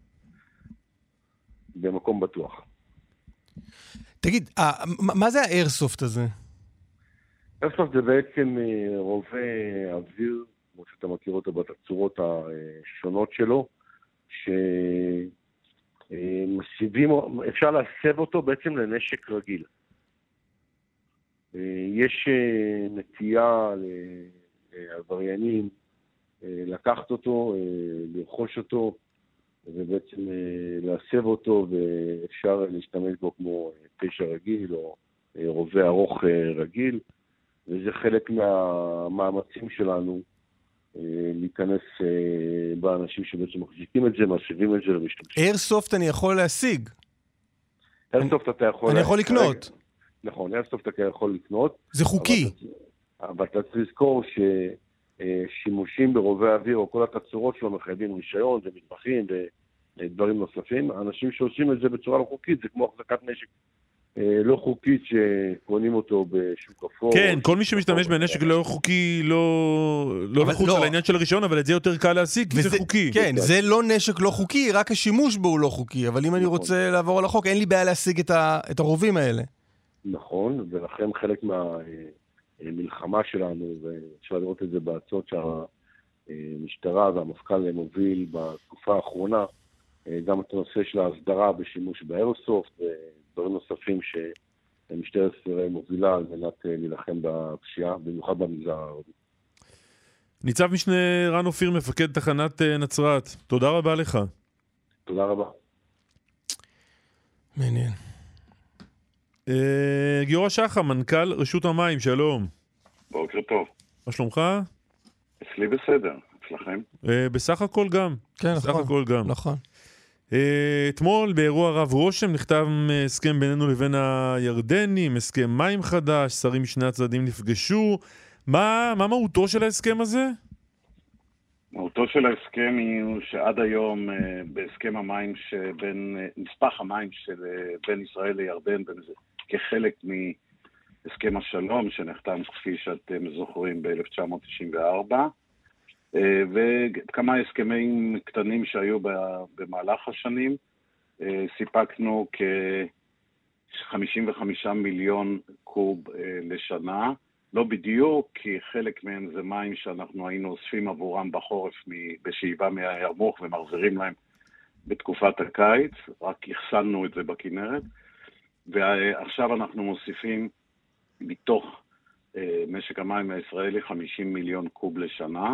במקום בטוח. תגיד, מה זה האיירסופט הזה? איירסופט זה בעצם רובה אוויר, כמו שאתה מכיר אותו בתצורות השונות שלו, שמסיבים, אפשר להסב אותו בעצם לנשק רגיל. יש נטייה לעבריינים לקחת אותו, לרכוש אותו, ובעצם להסב אותו, ואפשר להשתמש בו כמו פשע רגיל, או רובה ארוך רגיל, וזה חלק מהמאמצים שלנו, להיכנס באנשים שבעצם מחזיקים את זה, מסיבים את זה ומשתמשים. איירסופט אני יכול להשיג. איירסופט אתה יכול... אני יכול לקנות. נכון, איירסופט אתה יכול לקנות. זה חוקי. אבל אתה צריך לזכור ששימושים ברובי אוויר, או כל התצורות שלו מחייבים רישיון ומטבחים ודברים נוספים. האנשים שעושים את זה בצורה לא חוקית, זה כמו החזקת נשק לא חוקית שקונים אותו בשוק אפור. כן, כל מי שמשתמש בנשק לא חוקי, לא לחוץ על העניין של הרישיון, אבל את זה יותר קל להשיג, כי זה חוקי. כן, זה לא נשק לא חוקי, רק השימוש בו הוא לא חוקי, אבל אם אני רוצה לעבור על החוק, אין לי בעיה להשיג את הרובים האלה. נכון, ולכן חלק מהמלחמה שלנו, ואפשר לראות את זה בהצעות שהמשטרה והמפכ"ל מוביל בתקופה האחרונה, גם את הנושא של ההסדרה בשימוש באיירסופט, ודברים נוספים שמשטרת ישראל מובילה על מנת להילחם בפשיעה, במיוחד במגזר הערבי. ניצב משנה רן אופיר, מפקד תחנת נצרת, תודה רבה לך. תודה רבה. מעניין. גיורא שחם, מנכ"ל רשות המים, שלום. בוקר טוב. מה שלומך? אצלי בסדר, אצלכם? בסך הכל גם. כן, בסך נכון. הכל גם. נכון. אתמול באירוע רב רושם נכתב הסכם בינינו לבין הירדנים, הסכם מים חדש, שרים משני הצדדים נפגשו. מה, מה מהותו של ההסכם הזה? מהותו של ההסכם היא שעד היום בהסכם המים שבין, נספח המים של בין ישראל לירדן, כחלק מהסכם השלום שנחתם כפי שאתם זוכרים ב-אלף תשע מאות תשעים וארבע, וכמה הסכמים קטנים שהיו במהלך השנים. סיפקנו כ-חמישים וחמישה מיליון קוב לשנה, לא בדיוק, כי חלק מהם זה מים שאנחנו היינו אוספים עבורם בחורף בשאיבה מהירמוך ומחזירים להם בתקופת הקיץ, רק הכסנו את זה בכנרת, ועכשיו אנחנו מוסיפים מתוך משק המים הישראלי חמישים מיליון קוב לשנה.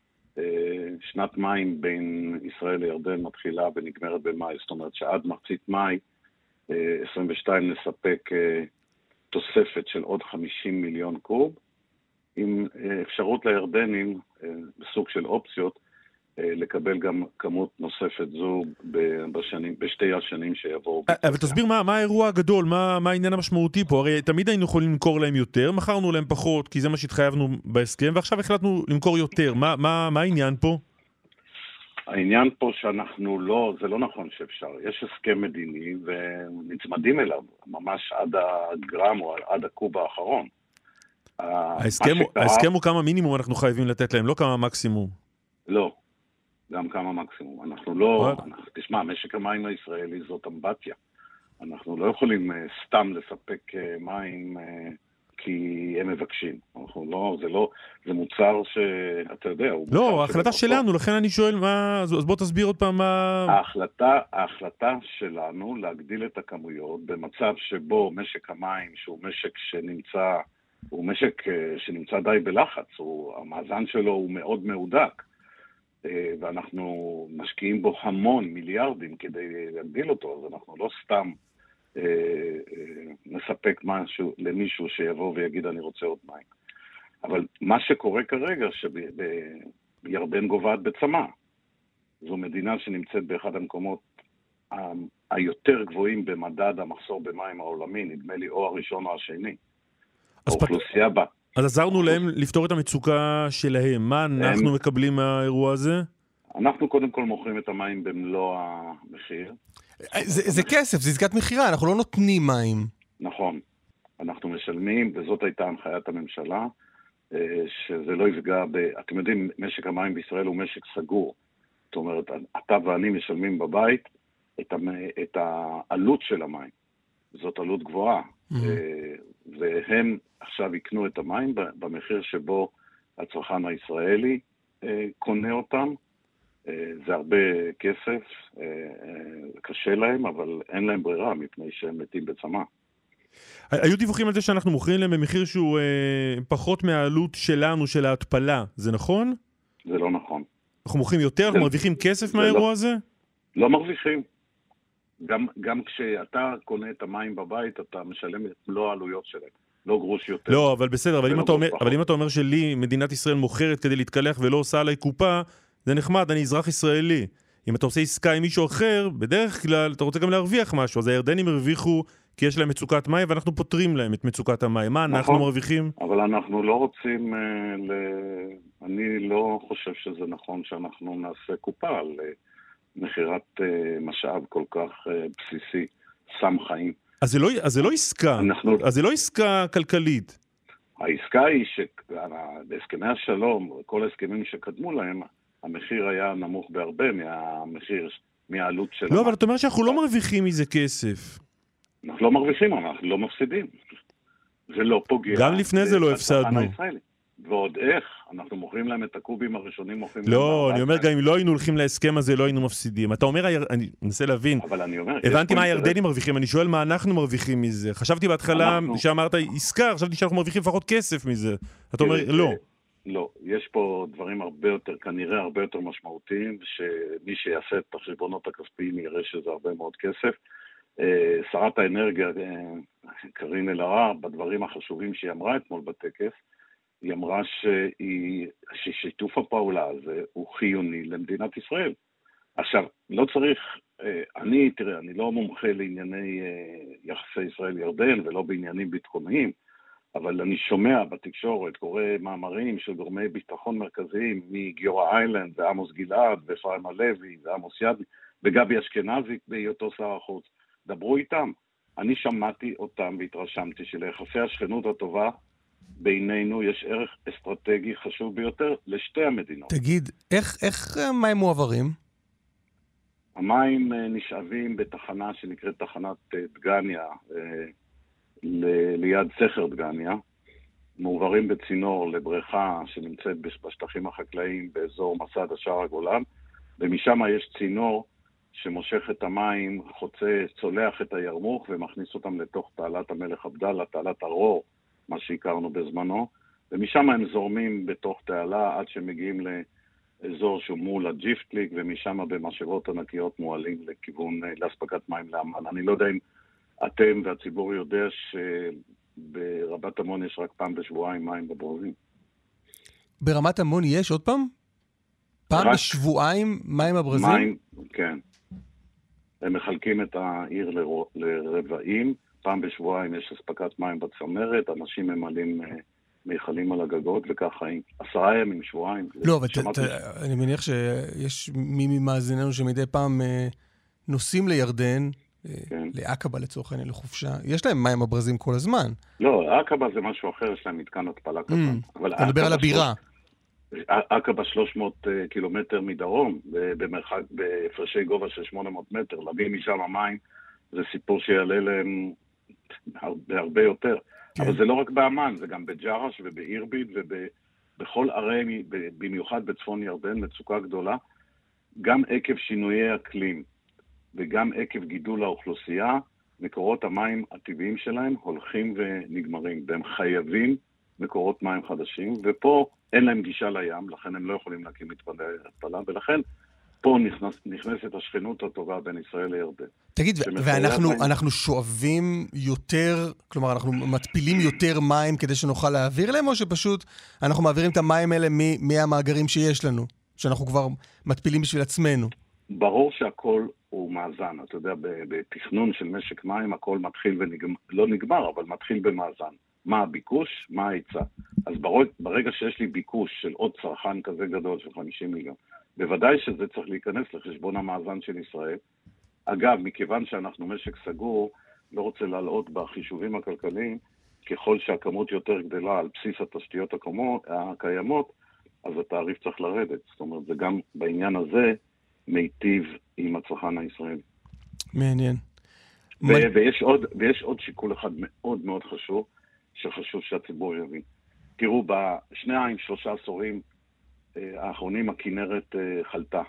שנת מים בין ישראל לירדן מתחילה ונגמרת במאי, זאת אומרת שעד מחצית מאי עשרים ושתיים נספק תוספת של עוד חמישים מיליון קוב, עם אפשרות לירדנים בסוג של אופציות לקבל גם כמות נוספת זו בשנים, בשתי השנים שיבואו. אבל תסביר מה, מה האירוע הגדול, מה, מה העניין המשמעותי פה? הרי תמיד היינו יכולים למכור להם יותר, מכרנו להם פחות, כי זה מה שהתחייבנו בהסכם, ועכשיו החלטנו למכור יותר. מה, מה, מה העניין פה? העניין פה שאנחנו לא, זה לא נכון שאפשר. יש הסכם מדיני ונצמדים אליו, ממש עד הגרם או עד הקוב האחרון. ההסכם, שקרה... ההסכם הוא כמה מינימום אנחנו חייבים לתת להם, לא כמה מקסימום. לא. גם כמה מקסימום. אנחנו לא, אנחנו, תשמע, משק המים הישראלי זאת אמבטיה. אנחנו לא יכולים uh, סתם לספק uh, מים uh, כי הם מבקשים. אנחנו לא, זה לא, זה מוצר שאתה יודע, הוא לא, ההחלטה שלנו, לכן אני שואל מה, אז בוא תסביר עוד פעם מה... ההחלטה, ההחלטה שלנו להגדיל את הכמויות במצב שבו משק המים, שהוא משק שנמצא, הוא משק uh, שנמצא די בלחץ, הוא, המאזן שלו הוא מאוד מהודק. ואנחנו משקיעים בו המון מיליארדים כדי להגדיל אותו, אז אנחנו לא סתם אה, אה, נספק משהו למישהו שיבוא ויגיד אני רוצה עוד מים. אבל מה שקורה כרגע שבירדן גובעת בצמא. זו מדינה שנמצאת באחד המקומות ה- היותר גבוהים במדד המחסור במים העולמי, נדמה לי או הראשון או השני. האוכלוסייה בה. אז עזרנו להם לפתור את המצוקה שלהם. מה אנחנו מקבלים מהאירוע הזה? אנחנו קודם כל מוכרים את המים במלוא המחיר. זה, זה כסף, זה עסקת מחירה, אנחנו לא נותנים מים. נכון. אנחנו משלמים, וזאת הייתה הנחיית הממשלה, שזה לא יפגע ב... אתם יודעים, משק המים בישראל הוא משק סגור. זאת אומרת, אתה ואני משלמים בבית את, המ... את העלות של המים. זאת עלות גבוהה. Mm-hmm. והם עכשיו יקנו את המים במחיר שבו הצרכן הישראלי קונה אותם. זה הרבה כסף, קשה להם, אבל אין להם ברירה מפני שהם מתים בצמא. היו דיווחים על זה שאנחנו מוכרים להם במחיר שהוא פחות מהעלות שלנו, של ההתפלה. זה נכון? זה לא נכון. אנחנו מוכרים יותר? אנחנו מרוויחים כסף מהאירוע הזה? לא מרוויחים. גם, גם כשאתה קונה את המים בבית, אתה משלם את מלוא העלויות שלהם. לא גרוש יותר. לא, אבל בסדר, אבל אם אתה אומר, אבל אם אתה אומר שלי, מדינת ישראל מוכרת כדי להתקלח ולא עושה עליי קופה, זה נחמד, אני אזרח ישראלי. אם אתה עושה עסקה עם מישהו אחר, בדרך כלל אתה רוצה גם להרוויח משהו. אז הירדנים הרוויחו כי יש להם מצוקת מים, ואנחנו פותרים להם את מצוקת המים. מה אנחנו נכון, מרוויחים? אבל אנחנו לא רוצים, אה, ל... אני לא חושב שזה נכון שאנחנו נעשה קופה על אה, מחירת אה, משאב כל כך אה, בסיסי, סם חיים. אז זה לא, אז זה לא עסקה, אנחנו... אז זה לא עסקה כלכלית. העסקה היא שבהסכמי השלום, כל ההסכמים שקדמו להם, המחיר היה נמוך בהרבה מהמחיר, מהעלות של... לא, אבל אתה אומר שאנחנו לא מרוויחים מזה כסף. אנחנו לא מרוויחים, אנחנו לא מפסידים. זה לא פוגע. גם לפני זה לא הפסדנו. ועוד איך, אנחנו מוכרים להם את הקובים הראשונים, מוכרים להם... לא, אני אומר, גם אם לא היינו הולכים להסכם הזה, לא היינו מפסידים. אתה אומר, אני מנסה להבין. אבל אני אומר... הבנתי מה הירדנים מרוויחים, אני שואל מה אנחנו מרוויחים מזה. חשבתי בהתחלה שאמרת עסקה, חשבתי שאנחנו מרוויחים לפחות כסף מזה. אתה אומר, לא. לא, יש פה דברים הרבה יותר, כנראה הרבה יותר משמעותיים, שמי שיעשה את החשבונות הכספיים יראה שזה הרבה מאוד כסף. שרת האנרגיה, קרין אלהרר, בדברים החשובים שהיא אמרה אתמול בטקס, היא אמרה שהיא, ששיתוף הפעולה הזה הוא חיוני למדינת ישראל. עכשיו, לא צריך, אני, תראה, אני לא מומחה לענייני יחסי ישראל-ירדן ולא בעניינים ביטחוניים, אבל אני שומע בתקשורת, קורא מאמרים של גורמי ביטחון מרכזיים מגיורא איילנד ועמוס גלעד ואפרים הלוי ועמוס ידלין וגבי אשכנזי בהיותו שר החוץ. דברו איתם. אני שמעתי אותם והתרשמתי שליחסי השכנות הטובה בינינו יש ערך אסטרטגי חשוב ביותר לשתי המדינות. תגיד, איך, איך מים מועברים? המים נשאבים בתחנה שנקראת תחנת דגניה, ל- ליד סכר דגניה, מעוברים בצינור לבריכה שנמצאת בשטחים החקלאיים באזור מסד השער הגולן, ומשם יש צינור שמושך את המים, חוצה, צולח את הירמוך ומכניס אותם לתוך תעלת המלך עבדאללה, תעלת הרור, מה שהכרנו בזמנו, ומשם הם זורמים בתוך תעלה עד שמגיעים לאזור שהוא מול הג'יפטליק, ומשם במשאבות ענקיות מועלים לכיוון, להספקת מים לאמן. אני לא יודע אם אתם והציבור יודע שברבת המון יש רק פעם בשבועיים מים בברזים. ברמת המון יש עוד פעם? פעם בשבועיים מים בברזים? מים, כן. הם מחלקים את העיר לרבעים, פעם בשבועיים יש הספקת מים בצמרת, אנשים ממלאים מיכלים על הגגות וככה עשרה ימים, שבועיים. לא, אבל אני מניח שיש מי ממאזיננו שמדי פעם נוסעים לירדן, לעקבה לצורך העניין, לחופשה. יש להם מים בברזים כל הזמן. לא, עקבה זה משהו אחר, יש להם מתקן התפלה קטן. אתה מדבר על הבירה. עקבה שלוש מאות קילומטר מדרום, במרחק, בהפרשי גובה של שמונה מאות מטר, להביא משם המים, זה סיפור שיעלה להם הרבה יותר. אבל זה לא רק באמן, זה גם בג'רש ובאירביד ובכל ערי, במיוחד בצפון ירדן, מצוקה גדולה, גם עקב שינויי אקלים. וגם עקב גידול האוכלוסייה, מקורות המים הטבעיים שלהם הולכים ונגמרים, והם חייבים מקורות מים חדשים, ופה אין להם גישה לים, לכן הם לא יכולים להקים התפלה, ולכן פה נכנס, נכנסת השכנות הטובה בין ישראל לירדן. תגיד, ואנחנו אנחנו שואבים יותר, כלומר אנחנו מטפילים יותר מים כדי שנוכל להעביר להם, או שפשוט אנחנו מעבירים את המים האלה מהמאגרים שיש לנו, שאנחנו כבר מטפילים בשביל עצמנו? ברור שהכל הוא מאזן, אתה יודע, בתכנון של משק מים הכל מתחיל ונגמר, לא נגמר, אבל מתחיל במאזן. מה הביקוש, מה ההיצע. אז ברגע שיש לי ביקוש של עוד צרכן כזה גדול של חמישים מיליון, בוודאי שזה צריך להיכנס לחשבון המאזן של ישראל. אגב, מכיוון שאנחנו משק סגור, לא רוצה להלאות בחישובים הכלכליים, ככל שהכמות יותר גדלה על בסיס התשתיות הקיימות, אז התעריף צריך לרדת. זאת אומרת, זה גם בעניין הזה מיטיב עם הצרכן הישראלי. מעניין. ו- ויש עוד, ויש עוד שיקול אחד מאוד מאוד חשוב, שחשוב שהציבור יבין. תראו, בשניים, שלושה עשורים האחרונים הכנרת חלתה.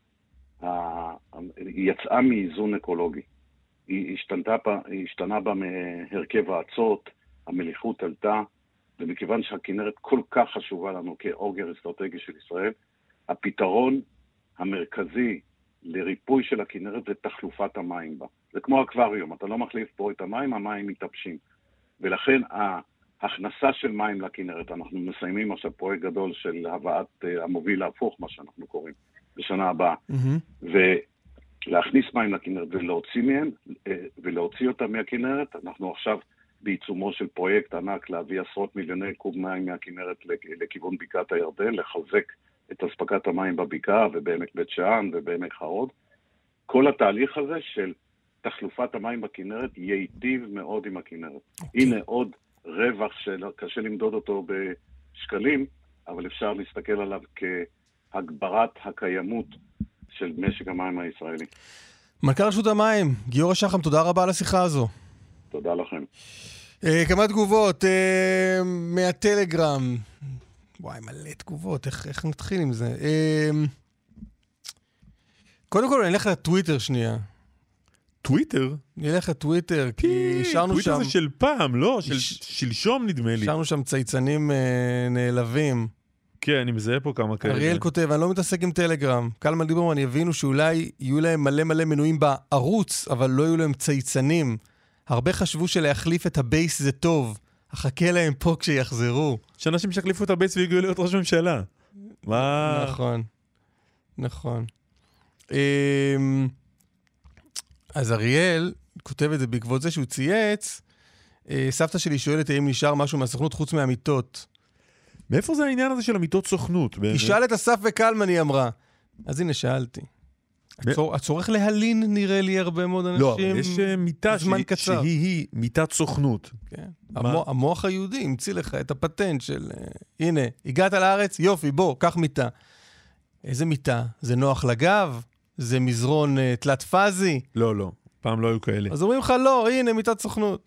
היא יצאה מאיזון אקולוגי. היא השתנתה, היא השתנה בה מהרכב האצות, המליחות עלתה, ומכיוון שהכנרת כל כך חשובה לנו כאוגר אסטרטגי של ישראל, הפתרון המרכזי לריפוי של הכנרת זה תחלופת המים בה. זה כמו אקווריום, אתה לא מחליף פה את המים, המים מתאפשים. ולכן ההכנסה של מים לכנרת, אנחנו מסיימים עכשיו פרויקט גדול של הבאת המוביל להפוך, מה שאנחנו קוראים, בשנה הבאה. Mm-hmm. ולהכניס מים לכנרת ולהוציא מהם, ולהוציא אותם מהכנרת, אנחנו עכשיו בעיצומו של פרויקט ענק להביא עשרות מיליוני קוב מים מהכנרת לכיוון בקעת הירדן, לחזק את הספקת המים בבקעה ובעמק בית שאן ובעמק חרוד. כל התהליך הזה של תחלופת המים בכנרת ייטיב מאוד עם הכנרת. Okay. הנה עוד רווח שקשה למדוד אותו בשקלים, אבל אפשר להסתכל עליו כהגברת הקיימות של משק המים הישראלי. מנכ"ל רשות המים, גיורא שחם, תודה רבה על השיחה הזו. תודה לכם. Uh, כמה תגובות uh, מהטלגרם. וואי, מלא תגובות, איך, איך נתחיל עם זה? Uh, קודם כל, אני אלך לטוויטר שנייה. טוויטר? אני אלך לטוויטר, כי השארנו שם... טוויטר זה של פעם, לא? של שלשום נדמה לי. השארנו שם צייצנים uh, נעלבים. כן, אני מזהה פה כמה כאלה. אריאל כותב, אני לא מתעסק עם טלגרם. קלמן ליברמן יבינו שאולי יהיו להם מלא מלא מנויים בערוץ, אבל לא יהיו להם צייצנים. הרבה חשבו שלהחליף את הבייס זה טוב. אחכה להם פה כשיחזרו. שאנשים שיחליפו את הבייס ויגיעו להיות ראש ממשלה. מה? נכון. נכון. אז אריאל כותב את זה בעקבות זה שהוא צייץ, סבתא שלי שואלת האם נשאר משהו מהסוכנות חוץ מהמיטות. מאיפה זה העניין הזה של המיטות סוכנות? תשאל את אסף וקלמן, היא אמרה. אז הנה שאלתי. הצורך להלין נראה לי הרבה מאוד אנשים. לא, יש מיטה שהיא מיטת סוכנות. המוח היהודי המציא לך את הפטנט של, הנה, הגעת לארץ, יופי, בוא, קח מיטה. איזה מיטה? זה נוח לגב? זה מזרון תלת פאזי? לא, לא, פעם לא היו כאלה. אז אומרים לך, לא, הנה, מיטת סוכנות.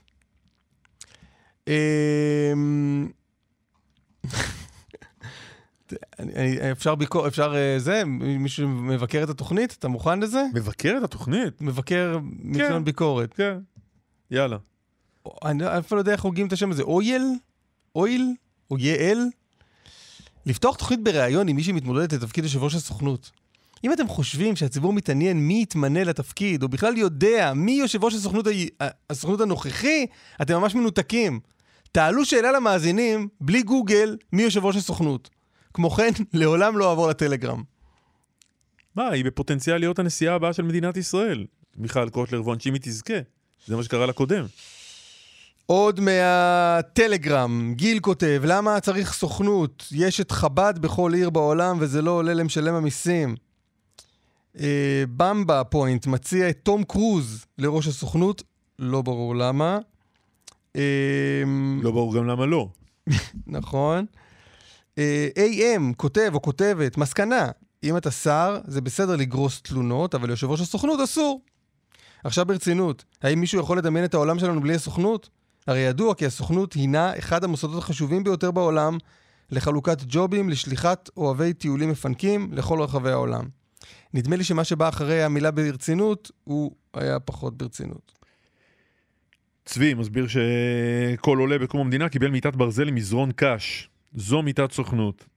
אפשר ביקור, אפשר זה, מישהו מבקר את התוכנית? אתה מוכן לזה? מבקר את התוכנית? מבקר מצוין ביקורת. כן, יאללה. אני אפילו לא יודע איך הוגים את השם הזה. אויל? אויל? או יעל? לפתוח תוכנית בראיון עם מי שמתמודדת לתפקיד יושב ראש הסוכנות. אם אתם חושבים שהציבור מתעניין מי יתמנה לתפקיד, או בכלל יודע מי יושב ראש הסוכנות, הסוכנות הנוכחי, אתם ממש מנותקים. תעלו שאלה למאזינים, בלי גוגל, מי יושב ראש הסוכנות. כמו כן, לעולם לא עבור לטלגרם. מה, היא בפוטנציאל להיות הנשיאה הבאה של מדינת ישראל. מיכל קוטלר וון, שאם היא תזכה. זה מה שקרה לקודם. עוד מהטלגרם, גיל כותב, למה צריך סוכנות? יש את חב"ד בכל עיר בעולם וזה לא עולה למשלם המיסים. אה, במבה פוינט מציע את תום קרוז לראש הסוכנות, לא ברור למה. אה, לא ברור גם למה לא. נכון. איי אם כותב או כותבת, מסקנה, אם אתה שר, זה בסדר לגרוס תלונות, אבל יושב ראש הסוכנות אסור. עכשיו ברצינות, האם מישהו יכול לדמיין את העולם שלנו בלי הסוכנות? הרי ידוע כי הסוכנות הינה אחד המוסדות החשובים ביותר בעולם לחלוקת ג'ובים, לשליחת אוהבי טיולים מפנקים לכל רחבי העולם. נדמה לי שמה שבא אחרי המילה ברצינות, הוא היה פחות ברצינות. צבי מסביר שכל עולה בקום המדינה קיבל מיטת ברזל עם מזרון קש. זו מיטת סוכנות.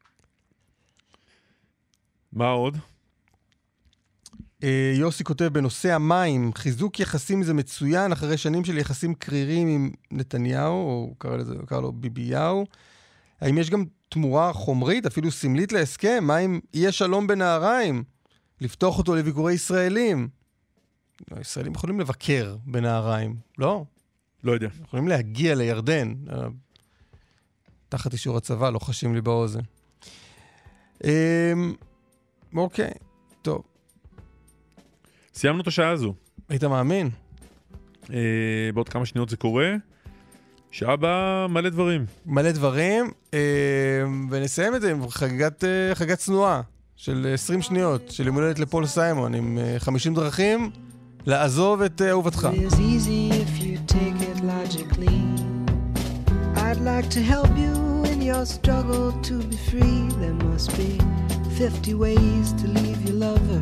מה עוד? יוסי כותב בנושא המים, חיזוק יחסים זה מצוין אחרי שנים של יחסים קרירים עם נתניהו, או קרא לזה, קרא לו ביביהו. האם יש גם תמורה חומרית, אפילו סמלית להסכם? מה אם יהיה שלום בנהריים? לפתוח אותו לביקורי ישראלים? לא, ישראלים יכולים לבקר בנהריים, לא? לא יודע. יכולים להגיע לירדן. תחת אישור הצבא, לא חשים לי באוזן. אוקיי, טוב. סיימנו את השעה הזו. היית מאמין? בעוד כמה שניות זה קורה. שעה הבאה מלא דברים. מלא דברים, אה, ונסיים את זה עם חגיגת, אה, חגיגת צנועה של עשרים שניות, של יום הולדת לפול סיימון, עם אה, חמישים דרכים לעזוב את אה, אהובתך. It's easy if you take it logically. I'd like to help you in your struggle to be free. There must be fifty ways to leave your lover.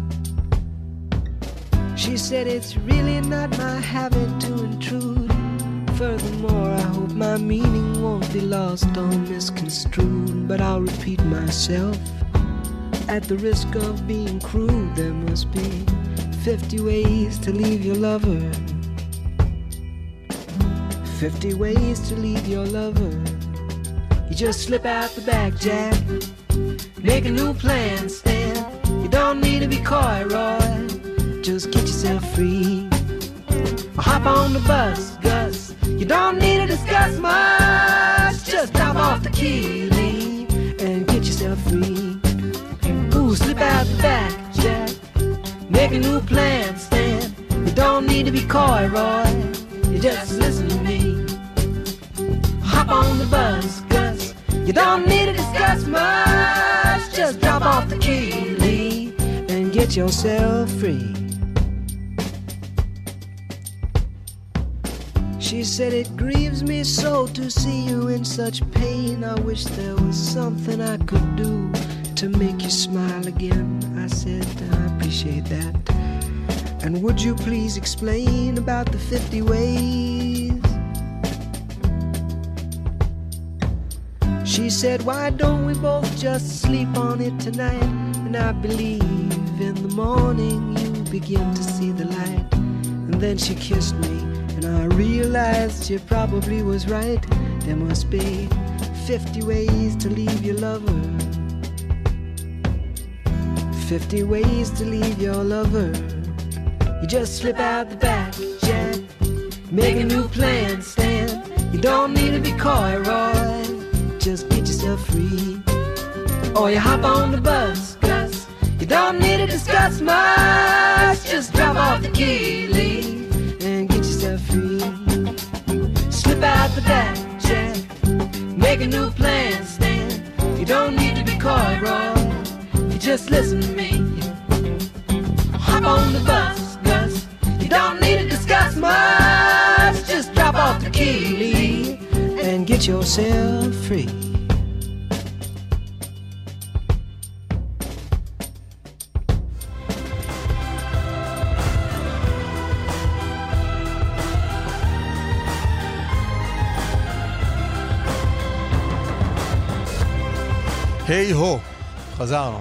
She said it's really not my habit to intrude. Furthermore, I hope my meaning won't be lost or misconstrued. But I'll repeat myself at the risk of being crude. There must be fifty ways to leave your lover. Fifty ways to leave your lover. You just slip out the back, Jack. Make a new plan, Stan. You don't need to be coy, Roy. Just get yourself free. Or hop on the bus, Gus. You don't need to discuss much. Just drop off the key, leave, and get yourself free. Ooh, slip out the back, Jack. Make a new plan, Stan. You don't need to be coy, Roy. You just listen to me. Hop on the bus, Gus. You don't need to discuss much. Just drop off the key, leave, and get yourself free. She said it grieves me so to see you in such pain. I wish there was something I could do to make you smile again. I said I appreciate that. And would you please explain about the fifty ways? She said, why don't we both just sleep on it tonight? And I believe in the morning you begin to see the light. And then she kissed me, and I realized she probably was right. There must be fifty ways to leave your lover. Fifty ways to leave your lover. You just slip out the back, Jack. Make a new plan, Stan. You don't need to be coy, Roy. Just get yourself free. Or you hop on the bus, Gus. You don't need to discuss much. Just drop off the key, leave, and get yourself free. Slip out the back, Jack. Make a new plan, Stan. You don't need to be coy, Roy. You just listen to me. Hop on the bus, Gus. You don't need to discuss much. Just drop off the key, leave, and get yourself free. היי הו, חזרנו.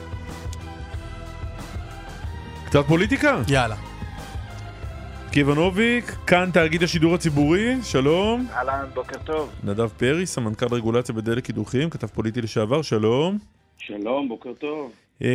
קצת פוליטיקה? יאללה. קיוונוביק, כאן תאגיד השידור הציבורי, שלום. אהלן, בוקר טוב. נדב פרי, סמנכ"ל רגולציה בדלק קידוחים, כתב פוליטי לשעבר, שלום. שלום, בוקר טוב.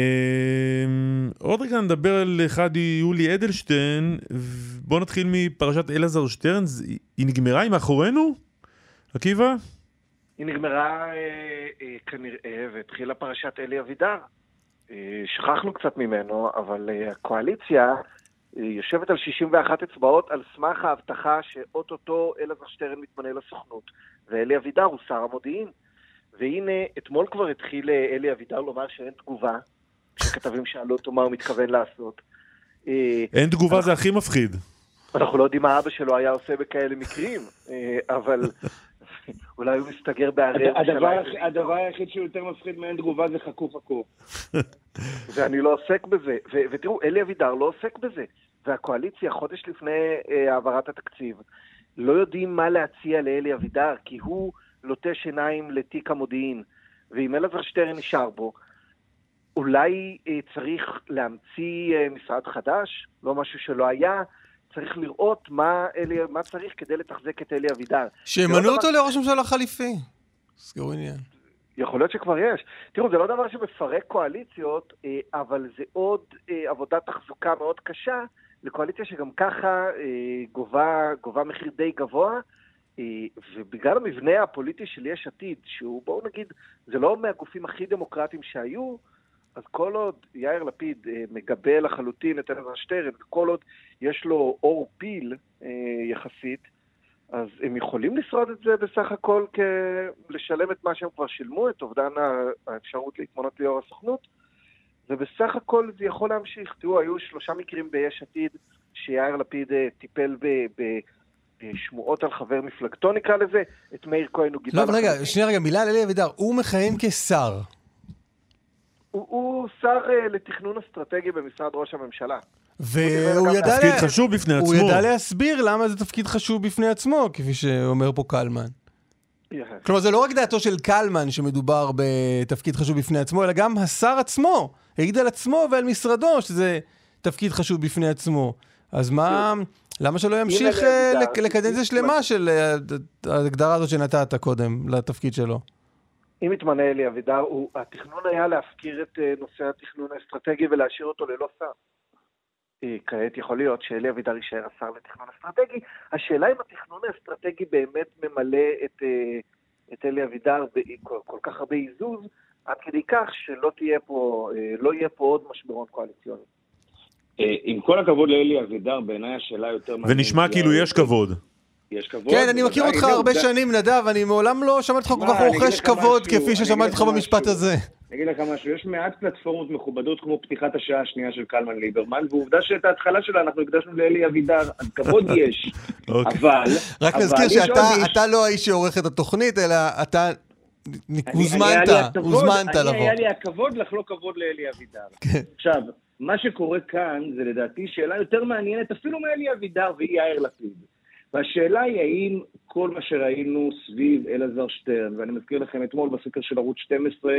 עוד רגע נדבר על אחד יולי אדלשטיין. בוא נתחיל מפרשת אלעזר שטרן. היא נגמרה, היא מאחורינו? עקיבא? היא נגמרה אה, אה, כנראה, והתחילה פרשת אלי אבידר. אה, שכחנו קצת ממנו, אבל אה, הקואליציה אה, יושבת על שישים ואחת אצבעות על סמך ההבטחה שאוטוטו אלעזר שטרן מתמנה לסוכנות, ואלי אבידר הוא שר המודיעין. והנה, אתמול כבר התחיל אלי אבידר לומר שאין תגובה, כשכתבים שאלו אותו מה הוא מתכוון לעשות. אה, אין תגובה, אנחנו, זה הכי מפחיד. אנחנו לא יודעים מה אבא שלו היה עושה בכאלה מקרים, אה, אבל... אולי הוא מסתגר בערב. הדבר היחיד שהוא יותר מפחיד מאין תגובה זה חכו חכו. ואני לא עוסק בזה. ותראו, אלי אבידר לא עוסק בזה. והקואליציה, חודש לפני העברת התקציב, לא יודעים מה להציע לאלי אבידר, כי הוא לוטש עיניים לתיק המודיעין. ואם אלעזר שטרן נשאר בו, אולי צריך להמציא משרד חדש, לא משהו שלא היה, צריך לראות מה, אלי, מה צריך כדי לתחזק את אלי אבידר. שימנו אותו דבר... לראש ממשלה חליפי. סגרו עניין. יכול להיות שכבר יש. תראו, זה לא דבר שמפרק קואליציות, אבל זה עוד עבודת תחזוקה מאוד קשה, לקואליציה שגם ככה גובה, גובה מחיר די גבוה, ובגלל המבנה הפוליטי של יש עתיד, שהוא, בואו נגיד, זה לא מהגופים הכי דמוקרטיים שהיו, אז כל עוד יאיר לפיד אה, מגבה לחלוטין את אלעזר שטרן, כל עוד יש לו אור פיל אה, יחסית, אז הם יכולים לשרוד את זה בסך הכל לשלם את מה שהם כבר שילמו, את אובדן האפשרות להתמנות ליו"ר הסוכנות, ובסך הכל זה יכול להמשיך. תראו, היו שלושה מקרים ביש עתיד שיאיר לפיד טיפל בשמועות על חבר מפלגתו, נקרא לזה, את מאיר כהן הוא גיבה. לא, אבל רגע, שנייה רגע, מילה על אלי אבידר, הוא מכהן כשר. הוא, הוא שר לתכנון אסטרטגי במשרד ראש הממשלה. והוא ידע, תפקיד חשוב בפני עצמו. הוא ידע להסביר למה זה תפקיד חשוב בפני עצמו, כפי שאומר פה קלמן. כלומר, זה לא רק דעתו של קלמן שמדובר בתפקיד חשוב בפני עצמו, אלא גם השר עצמו, העיד על עצמו ועל משרדו שזה תפקיד חשוב בפני עצמו. אז מה, למה שלא ימשיך לקדנציה שלמה של ההגדרה הזאת שנתת קודם לתפקיד שלו? אם יתמנה אלי אבידר, התכנון היה להפקיר את נושא התכנון האסטרטגי ולהשאיר אותו ללא שר. כעת יכול להיות שאלי אבידר יישאר השר לתכנון אסטרטגי. השאלה אם התכנון האסטרטגי באמת ממלא את, את אלי אבידר כל, כל כך הרבה איזוז, עד כדי כך שלא תהיה פה, לא יהיה פה עוד משברון קואליציוני. עם כל הכבוד לאלי אבידר, בעיניי השאלה יותר... ונשמע כאילו יש כבוד. יש כבוד. כן, אני מכיר אותך הרבה שנים, נדב, אני מעולם לא שמעתי אותך כל כך רוחש כבוד כפי ששמעתי אותך במשפט הזה. אני אגיד לך משהו, יש מעט פלטפורמות מכובדות כמו פתיחת השעה השנייה של קלמן ליברמן, ועובדה שאת ההתחלה שלה אנחנו הקדשנו לאלי אבידר, כבוד יש, אבל... רק נזכיר שאתה לא האיש שעורך את התוכנית, אלא אתה הוזמנת, הוזמנת לבוא. היה לי הכבוד לך לא כבוד לאלי אבידר. עכשיו, מה שקורה כאן זה לדעתי שאלה יותר מעניינת אפילו מאלי אבידר והיא יאיר לפיד. והשאלה היא האם כל מה שראינו סביב אלעזר שטרן, ואני מזכיר לכם אתמול בסקר של ערוץ שתים עשרה,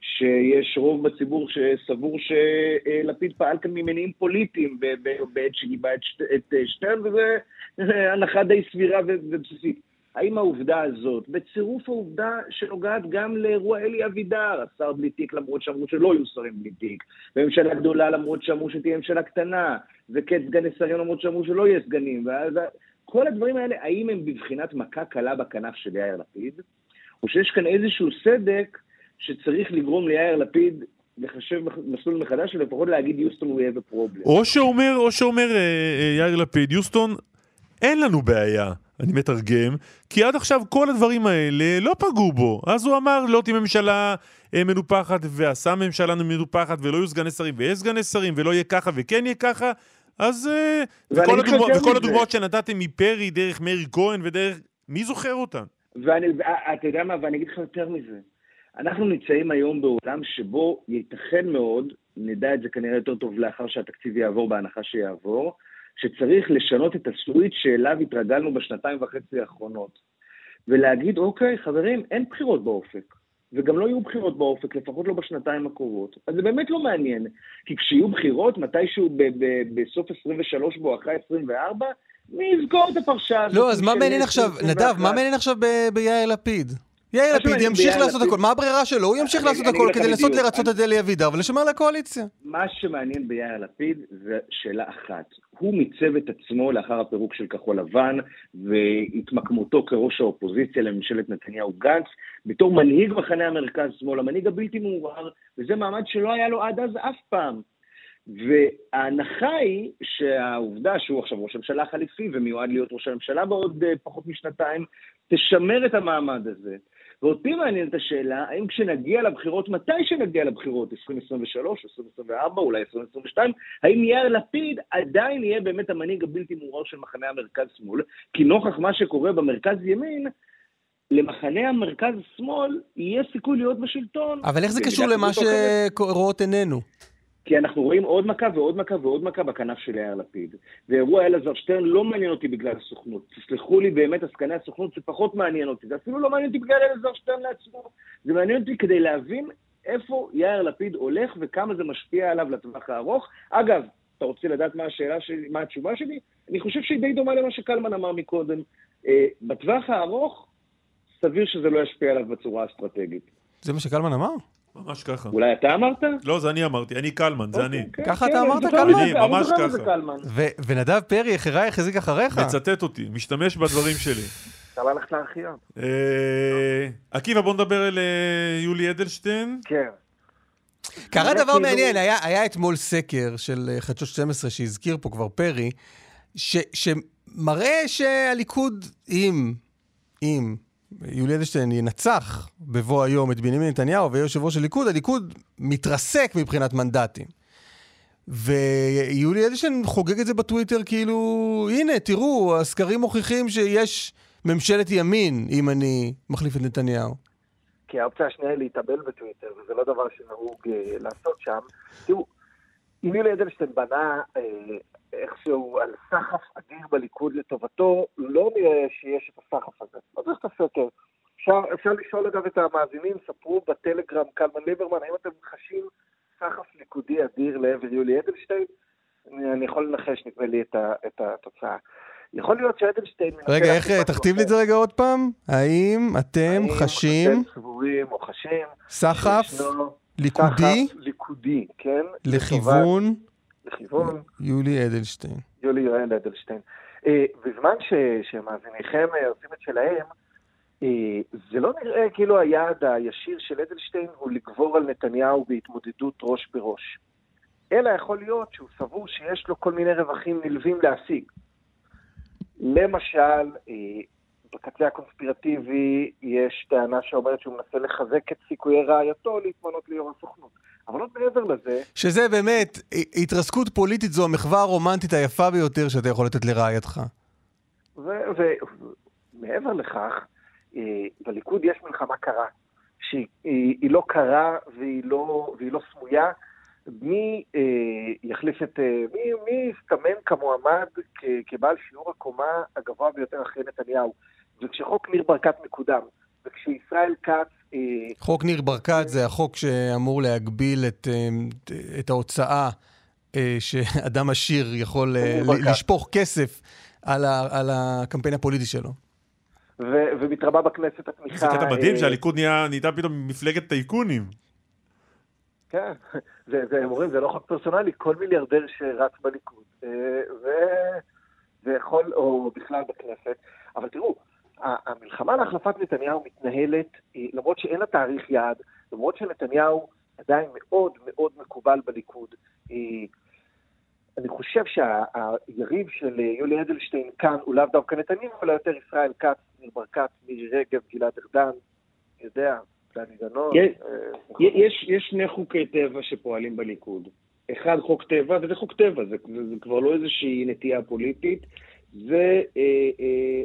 שיש רוב בציבור שסבור שלפיד פעל כאן ממניעים פוליטיים בעת שגיבה את שטרן, וזה הנחה די סבירה ובסיסית. האם העובדה הזאת, בצירוף העובדה שנוגעת גם לאירוע אלי אבידר, השר בלי תיק למרות שאמרו שלא יהיו שרים בלי תיק, וממשלה גדולה למרות שאמרו שתהיה ממשלה קטנה, וכת סגני שרים למרות שאמרו שלא יהיה סגנים, ואז כל הדברים האלה, האם הם בבחינת מכה קלה בכנף של יאיר לפיד, או שיש כאן איזשהו סדק שצריך לגרום ליאיר לפיד לחשב מסלול מחדש, ולפחות להגיד יוסטון we have a problem. או שאומר, או שאומר יאיר לפיד, יוסטון, אין לנו בעיה, אני מתרגם, כי עד עכשיו כל הדברים האלה לא פגעו בו. אז הוא אמר, לא תהיה ממשלה מנופחת, ועשה ממשלה מנופחת, ולא יהיו סגני שרים, ויש סגני שרים, ולא יהיה ככה, וכן יהיה ככה, אז וכל, הדוגמא, וכל הדוגמאות שנתתם מפרי, דרך מאיר כהן, ודרך, מי זוכר אותן? ואני, אתה יודע מה, ואני אגיד לך יותר מזה. אנחנו נמצאים היום בעולם שבו ייתכן מאוד, נדע את זה כנראה יותר טוב לאחר שהתקציב יעבור בהנחה שיעבור, שצריך לשנות את הסוויץ' שאליו התרגלנו בשנתיים וחצי האחרונות. ולהגיד, אוקיי, חברים, אין בחירות באופק. וגם לא יהיו בחירות באופק, לפחות לא בשנתיים הקרובות. אז זה באמת לא מעניין. כי כשיהיו בחירות, מתישהו ב- ב- בסוף עשרים ושלוש בו אחרי עשרים וארבע, מי יזכור את הפרשה? לא, אז מה מעניין עכשיו, נדב, מה מעניין עכשיו ביאיר לפיד? יאיר לפיד ימשיך לעשות הכל. מה הברירה שלו? הוא ימשיך לעשות הכל כדי לנסות לרצות את אלי אבידר ולשמר לקואליציה. מה שמעניין ביאיר לפיד זה שאלה אחת. הוא מיצב את עצמו לאחר הפירוק של כחול לבן והתמקמותו כראש האופוזיציה לממשלת נתניהו גנץ בתור מנהיג מחנה המרכז שמאל, המנהיג הבלתי מעורער, וזה מעמד שלא היה לו עד אז אף פעם. וההנחה היא שהעובדה שהוא עכשיו ראש הממשלה חליפי ומיועד להיות ראש הממשלה בעוד פחות משנתיים, תשמר את המעמד הזה. ואותי מעניין את השאלה, האם כשנגיע לבחירות, מתי שנגיע לבחירות, עשרים עשרים ושלוש, עשרים עשרים וארבע, אולי עשרים עשרים ושתיים, האם יאיר לפיד עדיין יהיה באמת המנהיג הבלתי מעורער של מחנה המרכז שמאל, כי נוכח מה שקורה במרכז ימין, למחנה המרכז שמאל יהיה סיכוי להיות בשלטון. אבל איך זה קשור למה שרואות עינינו? כי אנחנו רואים עוד מכה ועוד מכה ועוד מכה בכנף של יאיר לפיד. ואירוע אלעזר שטרן לא מעניין אותי בגלל הסוכנות. תסלחו לי, באמת, עסקני הסוכנות זה פחות מעניין אותי. זה אפילו לא מעניין אותי בגלל אלעזר שטרן לעצמו. זה מעניין אותי כדי להבין איפה יאיר לפיד הולך וכמה זה משפיע עליו לטווח הארוך. אגב, אתה רוצה לדעת מה השאלה שלי, מה התשובה שלי? אני חושב שהיא די דומה למה שקלמן אמר מקודם. אה, בטווח הארוך, סביר שזה לא ישפיע עליו בצורה אסטרטגית. זה מה שקלמן אמר? ממש ככה. אולי אתה אמרת? לא, זה אני אמרתי, אני קלמן, זה אני. ככה אתה אמרת קלמן? אני, ממש ככה. ונדב פרי, אחריי, החזיק אחריך? מצטט אותי, משתמש בדברים שלי. אתה הלכת לארכיון. עקיבא, בוא נדבר על יולי אדלשטיין. כן. קרה דבר מעניין, היה אתמול סקר של חדשות שתים עשרה שהזכיר פה כבר פרי, מראה שהליכוד, אם, אם יולי אדלשטיין ינצח בבוא היום את בנימין נתניהו ויושב ראש הליכוד, הליכוד מתרסק מבחינת מנדטים. ויולי אדלשטיין חוגג את זה בטוויטר כאילו, הנה, תראו, הסקרים מוכיחים שיש ממשלת ימין אם אני מחליף את נתניהו. כי האופציה השנייה היא להתאבל בטוויטר, וזה לא דבר שנהוג אה, לעשות שם. תראו, אם יולי אדלשטיין בנה אה, איכשהו על סחף אדיר בליכוד לטובתו, לא נראה שיש את הסחף הזה. לא צריך את הסקר. אפשר, אפשר לשאול אגב את המאזינים, ספרו בטלגרם קלמן ליברמן, האם אתם חשים סחף ליכודי אדיר לעבר יולי אדלשטיין? אני, אני יכול לנחש, נקבל לי את, ה, את התוצאה. יכול להיות שאדלשטיין... רגע, איך, תכתיב לי את זה רגע עוד פעם? האם אתם חשים... האם אתם סבורים או חשים... סחף ליכודי? סחף ליכודי, כן? לכיוון... לכיוון... יולי אדלשטיין. יולי יואל אדלשטיין. בזמן שמאזיניכם עושים את שלהם, זה לא נראה כאילו היעד הישיר של אדלשטיין הוא לגבור על נתניהו בהתמודדות ראש בראש. אלא יכול להיות שהוא סבור שיש לו כל מיני רווחים נלווים להשיג. למשל, בקצה הקונספירטיבי יש טענה שאומרת שהוא מנסה לחזק את סיכויי רעייתו להתמנות ליו"ר הסוכנות. אבל עוד מעבר לזה... שזה באמת, התרסקות פוליטית זו המחווה הרומנטית היפה ביותר שאתה יכול לתת לרעייתך. ומעבר לכך, בליכוד יש מלחמה קרה, שהיא לא קרה והיא לא, והיא לא סמויה. מי יחליף את... מי, מי יסתמן כמועמד כבעל שיעור הקומה הגבוה ביותר אחרי נתניהו? וכשחוק ניר ברקת מקודם, וכשישראל כץ... חוק ניר ברקת זה החוק שאמור להגביל את, את ההוצאה שאדם עשיר יכול לשפוך כסף על, ה, על הקמפיין הפוליטי שלו. ו, ומתרבה בכנסת התמיכה... זה קטע מדהים שהליכוד נהייתה פתאום מפלגת טייקונים. כן, זה, זה, אומרים, זה לא חוק פרסונלי, כל מיליארדר שרץ בליכוד, ויכול, או בכלל בכנסת, אבל תראו, המלחמה להחלפת נתניהו מתנהלת, למרות שאין לה תאריך יעד, למרות שנתניהו עדיין מאוד מאוד מקובל בליכוד. אני חושב שהיריב של יולי אדלשטיין כאן הוא לאו דווקא נתניהו, אלא יותר ישראל כץ, ניר ברקת, מירי רגב, גלעד ארדן, יודע, דני דנון. יש, יש שני חוקי טבע שפועלים בליכוד. אחד חוק טבע, וזה חוק טבע, זה, זה כבר לא איזושהי נטייה פוליטית, זה אה, אה,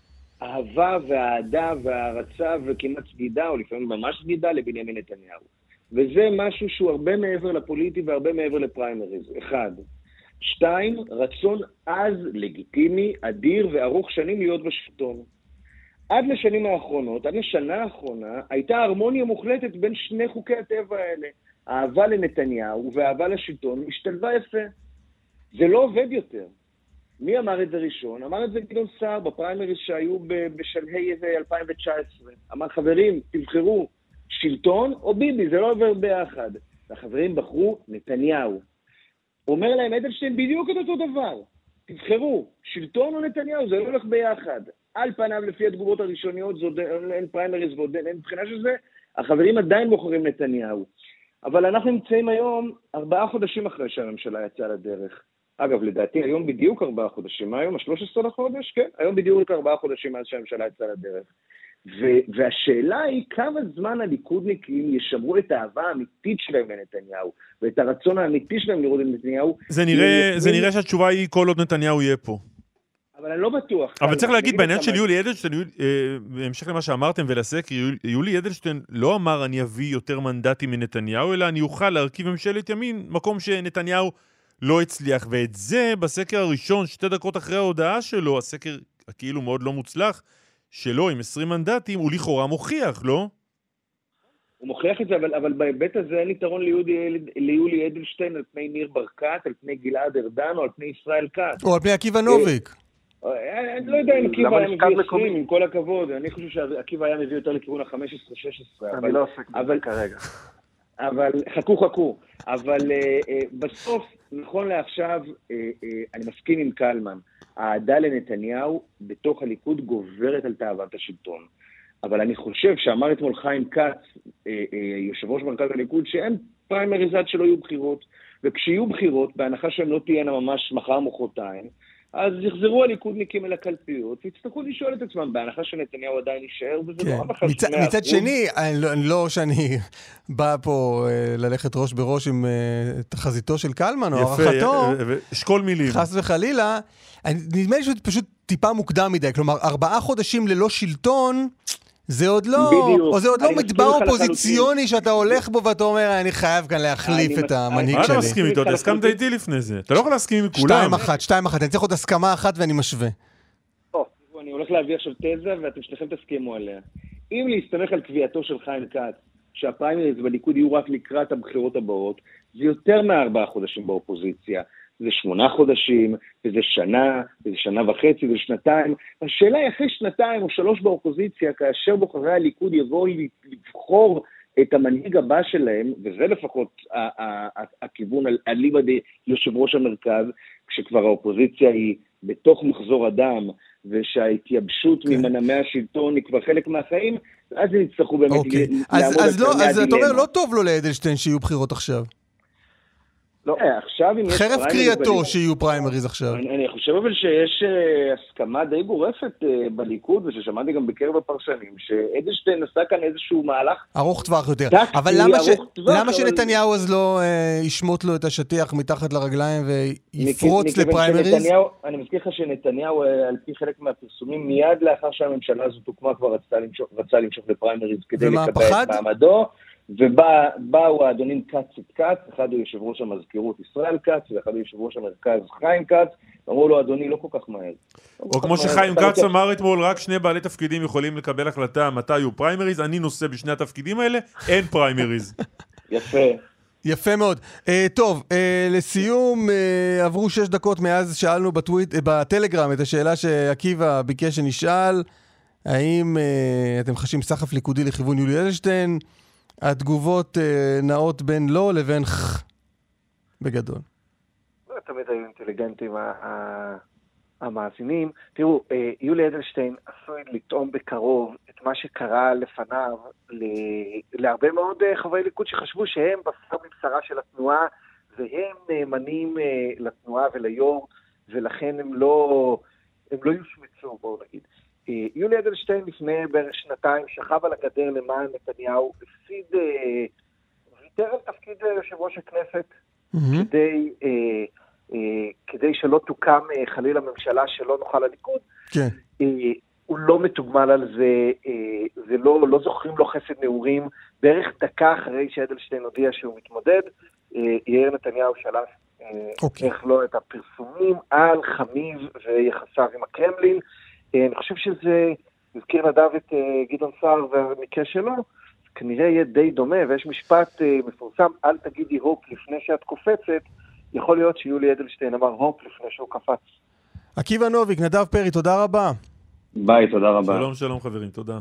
אהבה והאהדה והערצה וכמעט סגידה, או לפעמים ממש סגידה לבנימין נתניהו. וזה משהו שהוא הרבה מעבר לפוליטי והרבה מעבר לפריימריז. אחד. שתיים, רצון אז לגיטימי, אדיר וארוך שנים להיות בשלטון. עד לשנים האחרונות, עד לשנה האחרונה, הייתה הרמוניה מוחלטת בין שני חוקי הטבע האלה. האהבה לנתניהו והאהבה לשלטון משתלבה יפה. זה לא עובד יותר. מי אמר את זה ראשון? אמר את זה גדעון סער בפריימריז שהיו בשלהי אלפיים תשע עשרה. אמר, חברים, תבחרו שלטון או ביבי, זה לא עובר ביחד. והחברים בחרו נתניהו. אומר להם אדלשטיין בדיוק את אותו דבר. תבחרו, שלטון או נתניהו, זה לא הולך ביחד. על פניו לפי התגובות הראשוניות, זו אין פריימריז ועוד אין מבחינה של זה, החברים עדיין בוחרים נתניהו. אבל אנחנו נמצאים היום ארבעה חודשים אחרי שהממשלה יצאה לדרך. אגב, לדעתי, היום בדיוק ארבעה חודשים. היום ה-שלושה עשר לחודש? כן, היום בדיוק ארבעה חודשים מאז שהממשלה יצאה לדרך. ו- והשאלה היא כמה זמן הליכודניקים ישמרו את האהבה האמיתית שלהם לנתניהו, ואת הרצון האמיתי שלהם לראות את נתניהו. זה נראה, זה נראה שהתשובה היא כל עוד נתניהו יהיה פה. אבל אני לא בטוח. אבל צריך להגיד, בעניין של יולי אדלשטיין, בהמשך למה שאמרתם ולסקר, יולי אדלשטיין לא אמר אני אביא יותר מנדטים מנתניהו, אלא אני אוכל להרכיב ממשלת ימין, מקום שנתניהו לא הצליח. ואת זה, בסקר הראשון, שתי דקות אחרי ההודעה שלו, הסקר כאילו מאוד לא מוצלח, שלו עם עשרים מנדטים, הוא לכאורה מוכיח, לא? הוא מוכיח את זה, אבל, אבל בהיבט הזה אין יתרון ליולי, ליולי אדלשטיין על פני ניר ברקת, על פני גלעד ארדן, או על פני ישראל כץ. או על פני עקיבא נוביק. אני לא יודע אם עקיבא היה מביא עשרים, עם כל הכבוד. אני חושב שעקיבא היה מביא יותר לכיוון ה-חמש עשרה שש עשרה. אני לא עוסק בזה כרגע. אבל חכו חכו. אבל בסוף, נכון לעכשיו, אני מסכים עם קלמן. האהדה לנתניהו בתוך הליכוד גוברת על תאוות השלטון. אבל אני חושב שאמר אתמול חיים כץ, יושב ראש מרכז הליכוד, שאין פריימריז עד שלא יהיו בחירות, וכשיהיו בחירות, בהנחה שהן לא תהיינה ממש מחר מוחרתיים, אז יחזרו הליכודניקים אל הקלפיות, ויצטרכו לשאול את עצמם, בהנחה שנתניהו עדיין יישאר, וזה לא הנחה מצ... שמאה מצד אחוז. שני, אני לא, אני לא שאני בא פה אה, ללכת ראש בראש עם אה, תחזיתו של קלמן, או הערכתו, שכל מילים. חס וחלילה, אני, נדמה לי שזה פשוט טיפה מוקדם מדי, כלומר, ארבעה חודשים ללא שלטון, זה עוד לא, בדיוק. או זה עוד לא מדבר אופוזיציוני לחלוטין. שאתה הולך בו ואתה אומר, אני חייב כאן להחליף את המנהיג מה שלי. אתה מסכים איתו? אתה הסכמת איתי לפני זה. אתה לא יכול להסכים עם כולם. שתיים אחת, שתיים אחת, אני צריך עוד הסכמה אחת ואני משווה. או, אני הולך להביא עכשיו תזה, ואתם שניכם תסכימו עליה. אם להסתמך על קביעתו של חיים כץ, שהפריימריז בליכוד יהיו רק לקראת הבחירות הבאות, זה יותר מארבעה חודשים באופוזיציה. זה שמונה חודשים, וזה שנה, וזה שנה וחצי, וזה שנתיים. השאלה היא אחרי שנתיים או שלוש באופוזיציה, כאשר בוחרי הליכוד יבואו לבחור את המנהיג הבא שלהם, וזה לפחות הכיוון אליבא יושב ראש המרכז, כשכבר האופוזיציה היא בתוך מחזור אדם, ושההתייבשות ממנעמי השלטון היא כבר חלק מהחיים, אז הם יצטרכו באמת לעמוד על קרני הדילמה. אז אתה אומר, לא טוב לו לאדלשטיין שיהיו בחירות עכשיו. לא, עכשיו אם יש חרף קריאתו שיהיו פריימריז עכשיו. אני, אני חושב אבל שיש uh, הסכמה די גורפת uh, בליכוד, וששמעתי גם בקרב הפרשנים, שאדלשטיין עשה כאן איזשהו מהלך ארוך טווח יותר. טקטי, אבל למה, ש... טווח, למה אבל... שנתניהו אז לא uh, ישמוט לו את השטיח מתחת לרגליים ויפרוץ לפריימריז? שנתניהו, אני מזכיר לך שנתניהו, על פי חלק מהפרסומים, מיד לאחר שהממשלה הזאת הוקמה כבר רצה למשוך, רצה למשוך לפריימריז כדי לקבל את מעמדו, ובאו האדונים קץ את קץ, אחד הוא יושב ראש המזכירות ישראל קץ, ואחד הוא יושב ראש המרכז חיים קץ, אמרו לו, אדוני, לא כל כך מהר. או כמו שחיים קץ אמר אתמול, רק שני בעלי תפקידים יכולים לקבל החלטה מתי יהיו פריימריז, אני נושא בשני התפקידים האלה, אין פריימריז. יפה. יפה מאוד. Uh, טוב, uh, לסיום, uh, עברו שש דקות מאז שאלנו בטוויט, uh, בטלגרם את השאלה שעקיבא ביקש שנשאל, האם uh, אתם חשים סחף ליכודי לכיוון יולי אדלשטיין? התגובות אה, נעות בין לא לבין ח... בגדול. לא תמיד היו אינטליגנטים המאזינים. תראו, אה, יולי אדלשטיין עשוי לטעום בקרוב את מה שקרה לפניו ל... להרבה מאוד אה, חברי ליכוד שחשבו שהם בשר מבשרה של התנועה, והם נאמנים אה, לתנועה וליו"ר, ולכן הם לא, הם לא יושמצו, בואו נגיד. יולי אדלשטיין לפני בערך שנתיים שכב על הגדר למען נתניהו, הפסיד, ויתר על תפקיד יושב ראש הכנסת, mm-hmm. כדי, אה, אה, כדי שלא תוקם אה, חלילה ממשלה שלא נוכל לליכוד. כן. אה, הוא לא מתוגמל על זה, אה, זה לא, לא זוכרים לו חסד נעורים. בערך דקה אחרי שאדלשטיין הודיע שהוא מתמודד, אה, יאיר נתניהו שלף אה, okay. איך לא את הפרסומים על חמיב ויחסיו עם הקרמלין. אני חושב שזה, הזכיר נדב את גדעון סער והמקרה שלו, כנראה יהיה די דומה, ויש משפט מפורסם, אל תגידי הופ לפני שאת קופצת, יכול להיות שיולי אדלשטיין אמר הופ לפני שהוא קפץ. עקיבא נוביק, נדב פרי, תודה רבה. ביי, תודה רבה. שלום, שלום חברים, תודה.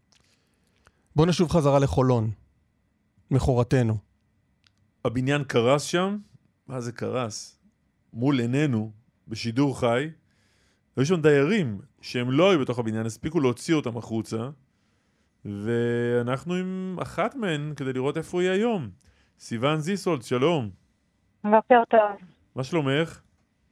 בוא נשוב חזרה לחולון, מחורתנו. הבניין קרס שם? מה זה קרס? מול עינינו, בשידור חי, היו שם דיירים שהם לא היו בתוך הבניין, הספיקו להוציא אותם החוצה, ואנחנו עם אחת מהן כדי לראות איפה היא היום. סיוון זיסולד, שלום. בוקר טוב. מה שלומך?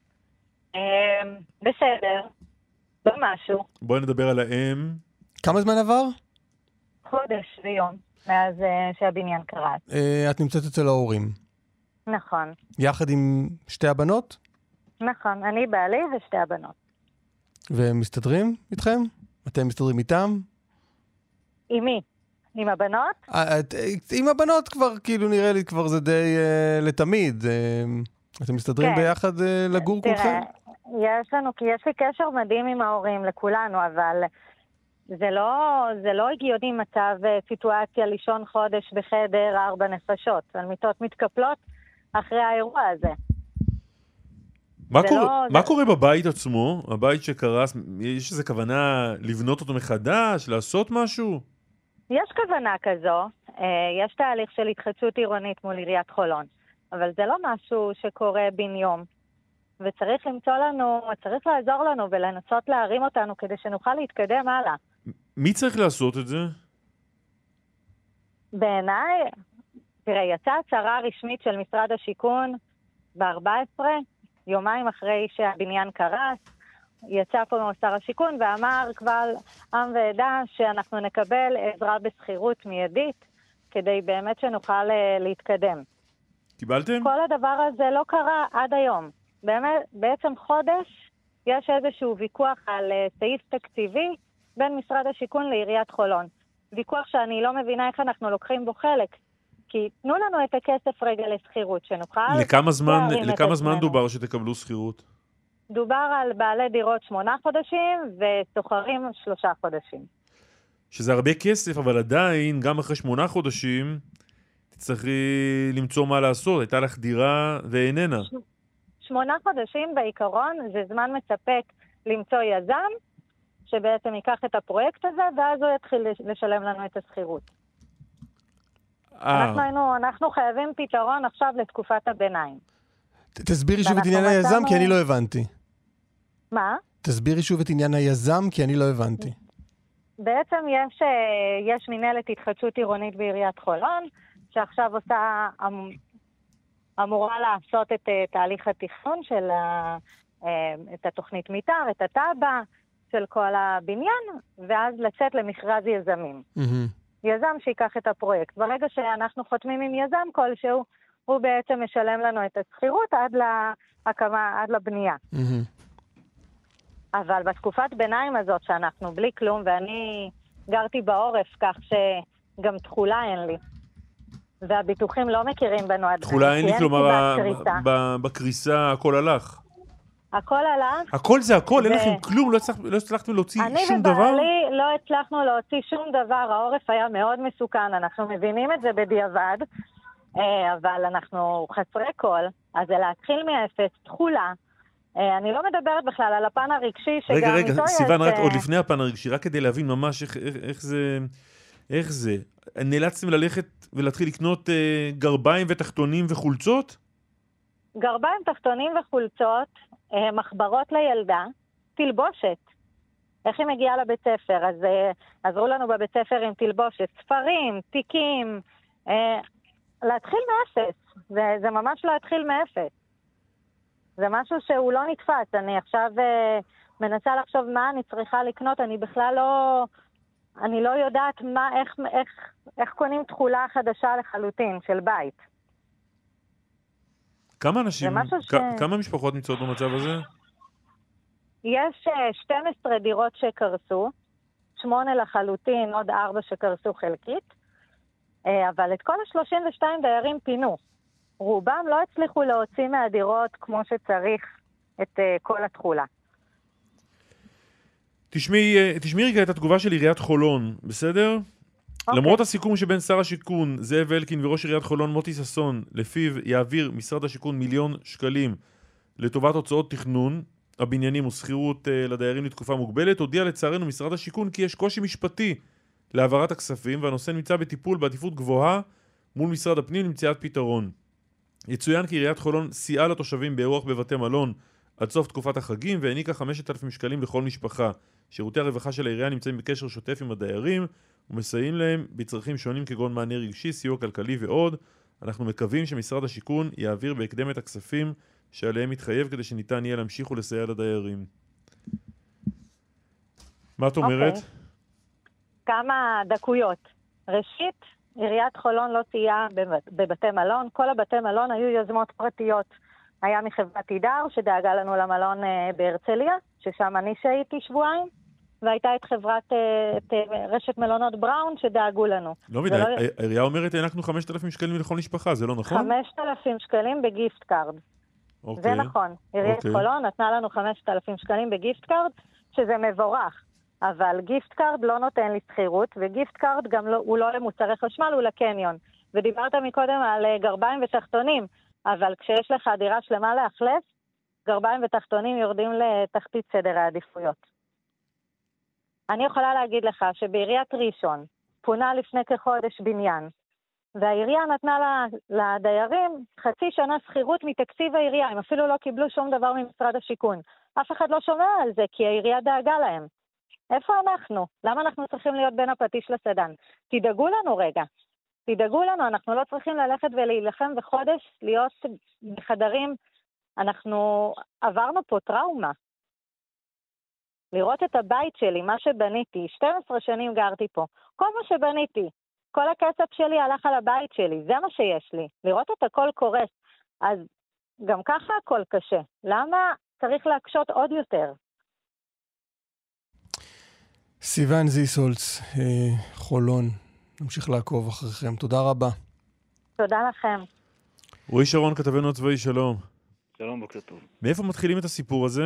בסדר, לא משהו. בואי נדבר על האם. כמה זמן עבר? חודש ויום, מאז שהבניין קרס. את נמצאת אצל ההורים. נכון. יחד עם שתי הבנות? נכון, אני בעלי ושתי הבנות. והם מסתדרים איתכם? אתם מסתדרים איתם? עם מי? עם הבנות? עם הבנות כבר, כאילו נראה לי כבר זה די uh, לתמיד. Uh, אתם מסתדרים כן. ביחד uh, לגור תראה, כולכם? יש לנו, כי יש לי קשר מדהים עם ההורים, לכולנו, אבל זה לא, זה לא הגיוני מצב סיטואציה לישון חודש בחדר ארבע נפשות, על מיטות מתקפלות אחרי האירוע הזה. מה, קורה, לא, מה זה... קורה בבית עצמו? הבית שקרס, יש איזו כוונה לבנות אותו מחדש, לעשות משהו? יש כוונה כזו, יש תהליך של התחדשות עירונית מול עיריית חולון, אבל זה לא משהו שקורה בן יום. וצריך למצוא לנו, צריך לעזור לנו ולנסות להרים אותנו כדי שנוכל להתקדם הלאה. מי צריך לעשות את זה? בעיניי, תראה, יצאה הצהרה רשמית של משרד השיכון ב-ארבע עשרה, יומיים אחרי שהבניין קרס, יצא פה שר השיכון ואמר קבל עם ועדה שאנחנו נקבל עזרה בסחירות מיידית, כדי באמת שנוכל להתקדם. קיבלתם? כל הדבר הזה לא קרה עד היום. באמת, בעצם חודש יש איזשהו ויכוח על סעיף תקציבי בין משרד השיכון לעיריית חולון. ויכוח שאני לא מבינה איך אנחנו לוקחים בו חלק. כי תנו לנו את הכסף רגע לסחירות, שנוכל... לכמה זמן, לכמה זמן דובר שתקבלו סחירות? דובר על בעלי דירות שמונה חודשים וסוחרים שלושה חודשים. שזה הרבה כסף, אבל עדיין, גם אחרי שמונה חודשים, תצטרכי למצוא מה לעשות. הייתה לך דירה ואיננה. ש... שמונה חודשים בעיקרון זה זמן מספק למצוא יזם, שבעצם ייקח את הפרויקט הזה, ואז הוא יתחיל לשלם לנו את הסחירות. אנחנו, היינו, אנחנו חייבים פתרון עכשיו לתקופת הביניים. תסבירי שוב את עניין היזם, כי אני לא הבנתי. מה? תסבירי שוב את עניין היזם, כי אני לא הבנתי. בעצם יש, יש מנהלת התחדשות עירונית בעיריית חולון, שעכשיו עושה, אמורה לעשות את תהליך התכנון של את התוכנית מתאר, את הטאבע של כל הבניין, ואז לצאת למכרז יזמים. יזם שיקח את הפרויקט. ברגע שאנחנו חותמים עם יזם כלשהו, הוא בעצם משלם לנו את הסחירות עד להקמה, עד לבנייה. אבל בתקופת ביניים הזאת שאנחנו בלי כלום, ואני גרתי בעורף כך שגם תחולה אין לי. והביטוחים לא מכירים בנו עד... תחולה אין לי, כלומר, בקריסה הכל הלך. הכל הלך. הכל זה הכל, אין לכם כלום, לא הצלחתם להוציא שום דבר? אני ובעלי לא הצלחנו להוציא שום דבר, העורף היה מאוד מסוכן, אנחנו מבינים את זה בדיעבד, אבל אנחנו חסרי כל, אז זה להתחיל מאפס, תחולה. אני לא מדברת בכלל על הפן הרגשי שגם... רגע, רגע, סיוון, רק עוד לפני הפן הרגשי, רק כדי להבין ממש איך זה... איך זה? נאלצתם ללכת ולהתחיל לקנות גרביים ותחתונים וחולצות? גרביים, תחתונים וחולצות, מחברות לילדה, תלבושת. איך היא מגיעה לבית ספר? אז עזרו לנו בבית ספר עם תלבושת, ספרים, תיקים, להתחיל מאפס. זה, זה ממש להתחיל מאפס. זה משהו שהוא לא נתפס. אני עכשיו מנסה לחשוב מה אני צריכה לקנות, אני בכלל לא... אני לא יודעת מה, איך, איך, איך קונים תחולה חדשה לחלוטין של בית. כמה אנשים, ש... כמה משפחות נמצאות במצב הזה? יש שתים עשרה דירות שקרסו, שמונה לחלוטין, עוד ארבע שקרסו חלקית, אבל את כל ה-שלושים ושתיים דיירים פינו. רובם לא הצליחו להוציא מהדירות כמו שצריך את כל התחולה. תשמעי, תשמעי רגע את התגובה של עיריית חולון, בסדר? Okay. למרות הסיכום שבין שר השיכון זאב אלקין וראש עיריית חולון מוטי ששון, לפיו יעביר משרד השיכון מיליון שקלים לטובת הוצאות תכנון הבניינים וסחירות uh, לדיירים לתקופה מוגבלת, הודיע לצערנו משרד השיכון כי יש קושי משפטי להעברת הכספים, והנושא נמצא בטיפול בעדיפות גבוהה מול משרד הפנים למציאת פתרון. יצוין כי עיריית חולון סייעה לתושבים באירוח בבתי מלון עד סוף תקופת החגים והעניקה חמשת אלפים שקלים לכל משפחה. שירותי הרווחה של העירייה נמצאים בקשר שוטף עם הדיירים ומסייעים להם בצרכים שונים כגון מענה רגשי, סיוע כלכלי ועוד. אנחנו מקווים שמשרד השיכון יעביר בהקדם את הכספים שעליהם מתחייב כדי שניתן יהיה להמשיך ולסייע לדיירים. מה את אומרת? Okay. כמה דקויות. ראשית, עיריית חולון לא תהיה בבתי מלון. כל הבתי מלון היו יוזמות פרטיות. היה מחברת עידר שדאגה לנו למלון בהרצליה, ששם אני שהייתי שבועיים, והייתה את חברת, את רשת מלונות בראון שדאגו לנו. לא מדי, העירייה אומרת הענקנו חמשת אלפים שקלים לכל משפחה, זה לא נכון? חמשת אלפים שקלים בגיפט קארד. אוקיי. זה נכון. עיריית חולון נתנה לנו חמשת אלפים שקלים בגיפט קארד, שזה מבורך. אבל גיפט קארד לא נותן לי שכירות, וגיפט קארד גם לא, הוא לא למוצרי חשמל, הוא לקניון. ודיברת מקודם על גרביים ותחתונים, אבל כשיש לך דירה שלמה לאכלס, גרביים ותחתונים יורדים לתחתית סדר העדיפויות. אני יכולה להגיד לך שבעיריית ראשון פונה לפני כחודש בניין, והעירייה נתנה לדיירים חצי שנה שכירות מתקציב העירייה, הם אפילו לא קיבלו שום דבר ממשרד השיכון. אף אחד לא שומע על זה, כי העירייה דאגה להם. איפה אנחנו? למה אנחנו צריכים להיות בין הפטיש לסדן? תדאגו לנו רגע. תדאגו לנו, אנחנו לא צריכים ללכת ולהילחם בחודש, להיות בחדרים אנחנו עברנו פה טראומה. לראות את הבית שלי, מה שבניתי, שתים עשרה שנים גרתי פה, כל מה שבניתי, כל הכסף שלי הלך על הבית שלי, זה מה שיש לי. לראות את הכל קורס, אז גם ככה הכל קשה. למה צריך להקשות עוד יותר? סיוון זיסולץ, חולון, נמשיך לעקוב אחריכם. תודה רבה. תודה לכם. רועי שרון, כתבנו הצבאי, שלום. שלום, בוקר טוב. מאיפה מתחילים את הסיפור הזה?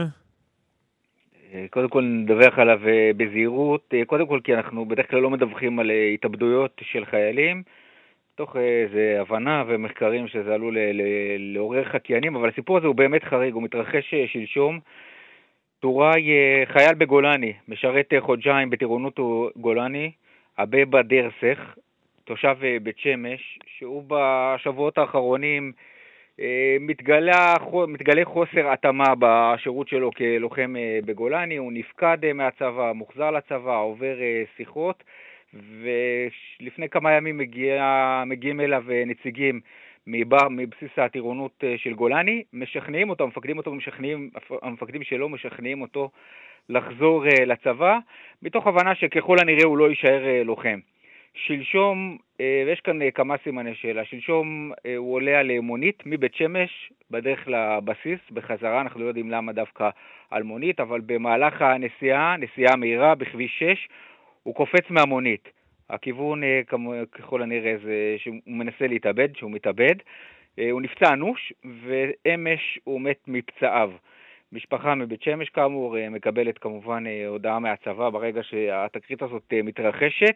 קודם כל נדווח עליו בזהירות, קודם כל כי אנחנו בדרך כלל לא מדווחים על התאבדויות של חיילים, תוך איזו הבנה ומחקרים שזה עלול לעורר חקיינים, אבל הסיפור הזה הוא באמת חריג, הוא מתרחש שלשום. טוראי, חייל בגולני, משרת חודשיים בטירונות גולני, אבבה דרסך, תושב בית שמש, שהוא בשבועות האחרונים מתגלה, מתגלה חוסר התאמה בשירות שלו כלוחם בגולני, הוא נפקד מהצבא, מוחזר לצבא, עובר שיחות, ולפני כמה ימים מגיע, מגיעים אליו נציגים מבר, מבסיס הטירונות של גולני, משכנעים אותו, המפקדים אותו משכנעים, המפקדים שלו משכנעים אותו לחזור לצבא, מתוך הבנה שככל הנראה הוא לא יישאר לוחם. שלשום, ויש כאן כמה סימני שאלה, שלשום הוא עולה על מונית מבית שמש בדרך לבסיס, בחזרה, אנחנו לא יודעים למה דווקא על מונית, אבל במהלך הנסיעה, נסיעה מהירה בכביש שש, הוא קופץ מהמונית. הכיוון ככל הנראה זה שהוא מנסה להתאבד, שהוא מתאבד, הוא נפצע אנוש, ואמש הוא מת מפצעיו. משפחה מבית שמש כאמור מקבלת כמובן הודעה מהצבא ברגע שהתקרית הזאת מתרחשת,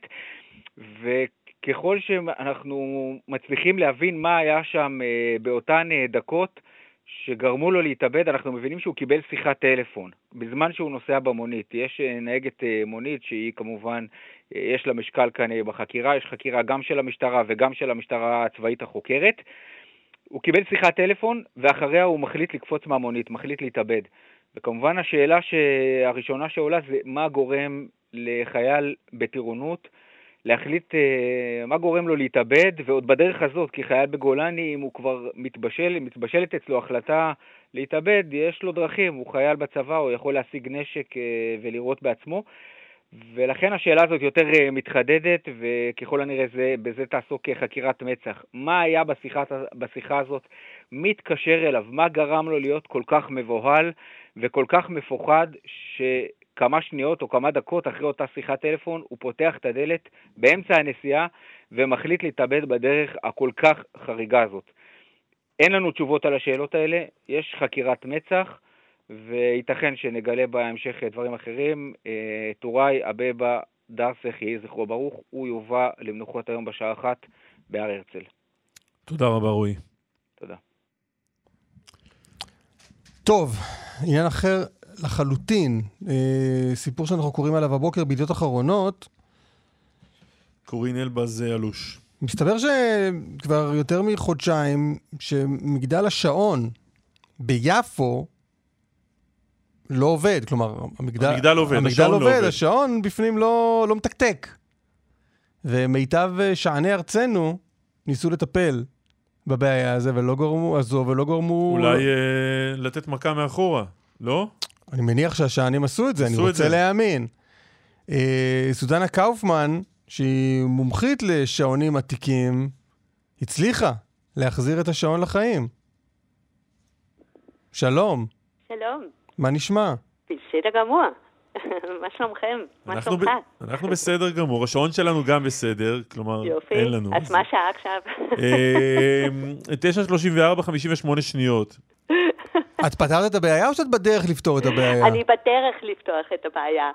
וככל שאנחנו מצליחים להבין מה היה שם באותן דקות שגרמו לו להתאבד, אנחנו מבינים שהוא קיבל שיחת טלפון בזמן שהוא נוסע במונית. יש נהגת מונית שהיא כמובן, יש לה משקל כאן בחקירה, יש חקירה גם של המשטרה וגם של המשטרה הצבאית החוקרת. הוא קיבל שיחת טלפון, ואחריה הוא מחליט לקפוץ מהמונית, מחליט להתאבד. וכמובן השאלה הראשונה שעולה זה מה גורם לחייל בטירונות, להחליט מה גורם לו להתאבד, ועוד בדרך הזאת, כי חייל בגולני, אם הוא כבר מתבשל, מתבשלת אצלו החלטה להתאבד, יש לו דרכים, הוא חייל בצבא, הוא יכול להשיג נשק ולראות בעצמו, ולכן השאלה הזאת יותר מתחדדת, וככל הנראה זה, בזה תעסוק חקירת מצ"ח. מה היה בשיחה, בשיחה הזאת? מתקשר אליו, מה גרם לו להיות כל כך מבוהל וכל כך מפוחד, שכמה שניות או כמה דקות אחרי אותה שיחת טלפון, הוא פותח את הדלת באמצע הנסיעה, ומחליט להתאבד בדרך הכל כך חריגה הזאת. אין לנו תשובות על השאלות האלה, יש חקירת מצ"ח, וייתכן שנגלה בהמשך דברים אחרים. טוראי אבבה דרסך, יהי זכרו ברוך, הוא יובא למנוחות היום בשעה אחת בהר הרצל. תודה רבה רועי. תודה. טוב, עניין אחר לחלוטין, סיפור שאנחנו קוראים עליו הבוקר בידיעות אחרונות. קורין אלבז אלוש. מסתבר שכבר יותר מחודשיים שמגדל השעון ביפו לא עובד, כלומר, המגדל, המגדל עובד, המגדל השעון עובד, לא עובד. השעון בפנים לא, לא מתקתק. ומיטב שעני ארצנו ניסו לטפל בבעיה הזה, ולא גורמו, הזו, ולא גורמו... אולי אה, לתת מכה מאחורה, לא? אני מניח שהשענים עשו את זה, עשו אני רוצה להאמין. אה, סוזנה קאופמן, שהיא מומחית לשעונים עתיקים, הצליחה להחזיר את השעון לחיים. שלום. שלום. מה נשמע? בסדר גמור. מה שלומכם? מה שלומך? ב... אנחנו בסדר גמור, השעון שלנו גם בסדר, כלומר יופי. אין לנו. אז מה שעה עכשיו? תשע שלושים וארבע חמישים ושמונה שניות. את פתרת את הבעיה או שאת בדרך לפתור את הבעיה? אני בדרך לפתוח את הבעיה.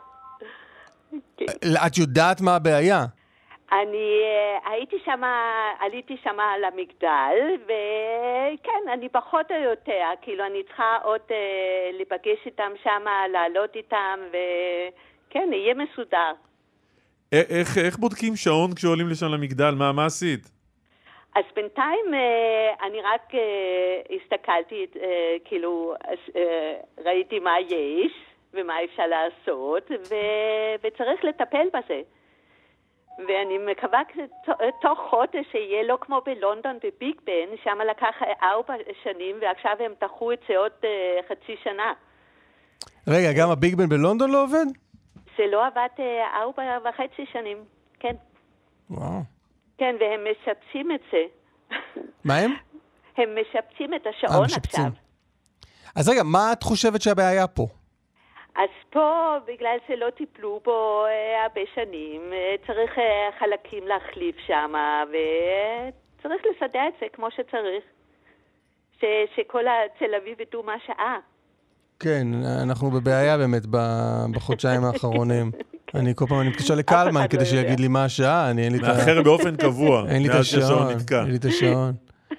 את יודעת מה הבעיה? אני הייתי שמה, עליתי שמה על המגדל, וכן, אני פחות או יותר, כאילו אני צריכה עוד אה, לפגש איתם שמה, לעלות איתם, וכן, יהיה מסודר. איך, איך בודקים שעון כשעולים לשם למגדל? מה, מה עשית? אז בינתיים אה, אני רק אה, הסתכלתי, אה, כאילו, אה, ראיתי מה יש ומה אפשר לעשות, ו, וצריך לטפל בזה. ואני מקווה תוך חודש שיהיה לו כמו בלונדון בביג בן, שם לקח ארבע שנים, ועכשיו הם דחו את זה עוד uh, חצי שנה. רגע, גם הביג בן בלונדון לא עובד? זה לא עבד uh, ארבע וחצי שנים, כן. וואו. כן, והם משפצים את זה. מה הם? הם משפצים את השעון עכשיו. אז רגע, מה את חושבת שהבעיה פה? אז פה, בגלל שלא טיפלו בו אה, הרבה שנים, אה, צריך אה, חלקים להחליף שם, וצריך לסדר את זה כמו שצריך. ש, שכל תל אביב ידעו מה שעה. כן, אנחנו בבעיה באמת בחודשיים האחרונים. אני כל פעם, אני מתקשר לקלמן כדי שיגיד לי מה השעה, אני אין לי את ה... מאחר באופן קבוע. אין לי את השעון, אין לי את השעון.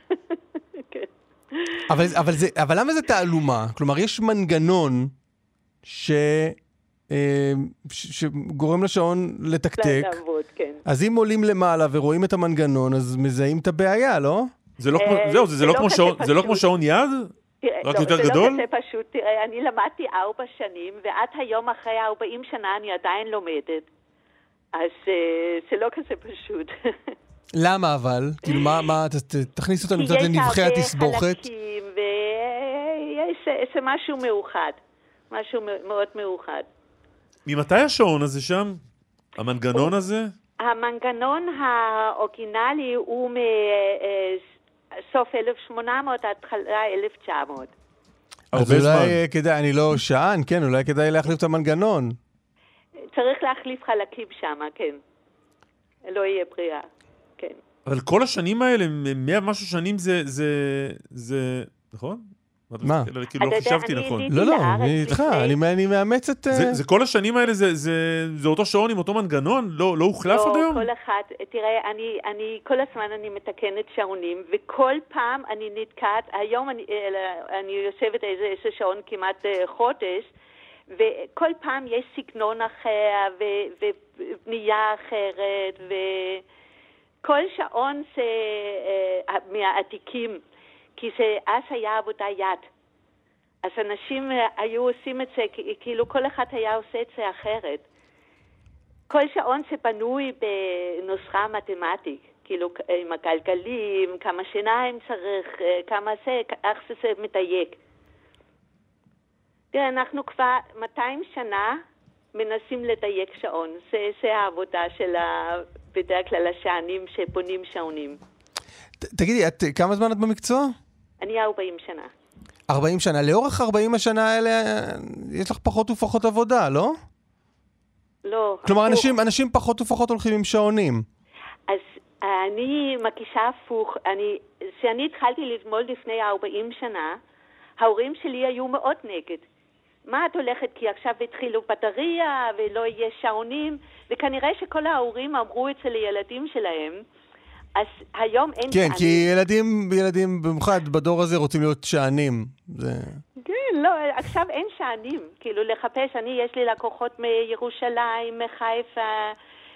אבל, אבל, זה, אבל למה זה תעלומה? כלומר, יש מנגנון ש, אה, ש, שגורם לשעון לתקתק. לעבוד, כן. אז אם עולים למעלה ורואים את המנגנון, אז מזהים את הבעיה, לא? זה לא כמו, זהו, זה, זה, לא כמו שעון, זה לא כמו שעון יד? תראה, רק לא, יותר זה גדול? לא כזה פשוט. תראה, אני למדתי ארבע שנים, ועד היום אחרי ארבעים שנה אני עדיין לומדת. אז אה, זה לא כזה פשוט. למה אבל? כאילו, מה, מה, ת, תכניס אותנו קצת לנבחי התסבוכת. יש הרבה חלקים, ויש זה משהו מאוחד. משהו מאוד מאוחד. ממתי השעון הזה שם? המנגנון הזה? המנגנון האורגינלי הוא מסוף אלף שמונה מאות עד התחלה אלף תשע מאות. אז אולי כדאי, אני לא שען, כן, אולי כדאי להחליף את המנגנון. צריך להחליף חלקים שם, כן. לא יהיה בריאה, כן. אבל כל השנים האלה, מאה משהו שנים זה, זה, זה, נכון? מה? כאילו לא חשבתי נכון. לא, לא, אני איתך, אני מאמץ את... זה כל השנים האלה, זה אותו שעון עם אותו מנגנון? לא הוחלף עד היום? לא, כל אחד, תראה, אני כל הזמן אני מתקנת שעונים, וכל פעם אני נתקעת, היום אני יושבת איזה שעון כמעט חודש, וכל פעם יש סגנון אחר, ובנייה אחרת, וכל שעון זה מהעתיקים. כי זה אז היה עבודה יד. אז אנשים היו עושים את זה, כאילו כל אחד היה עושה את זה אחרת. כל שעון שבנוי בנוסחה מתמטית, כאילו עם הגלגלים, כמה שיניים צריך, כמה זה, איך זה מדייק. תראה, אנחנו כבר מאתיים שנה מנסים לדייק שעון. זה, זה העבודה של בדרך כלל השענים שבונים שעונים. תגידי, את, כמה זמן את במקצוע? אני ארבעים שנה. ארבעים שנה. לאורך ארבעים השנה האלה, יש לך פחות ופחות עבודה, לא? לא. כלומר, אנשים, אנשים פחות ופחות הולכים עם שעונים. אז אני מקישה הפוך. אני, כשאני התחלתי ללמוד לפני ארבעים שנה, ההורים שלי היו מאוד נגד. מה את הולכת? כי עכשיו התחילו בטריה ולא יהיה שעונים, וכנראה שכל ההורים אמרו את זה לילדים שלהם. אז היום אין שענים. כן, כי ילדים, ילדים במיוחד בדור הזה רוצים להיות שענים. זה... כן, לא, עכשיו אין שענים. כאילו לחפש, אני, יש לי לקוחות מירושלים, מחיפה,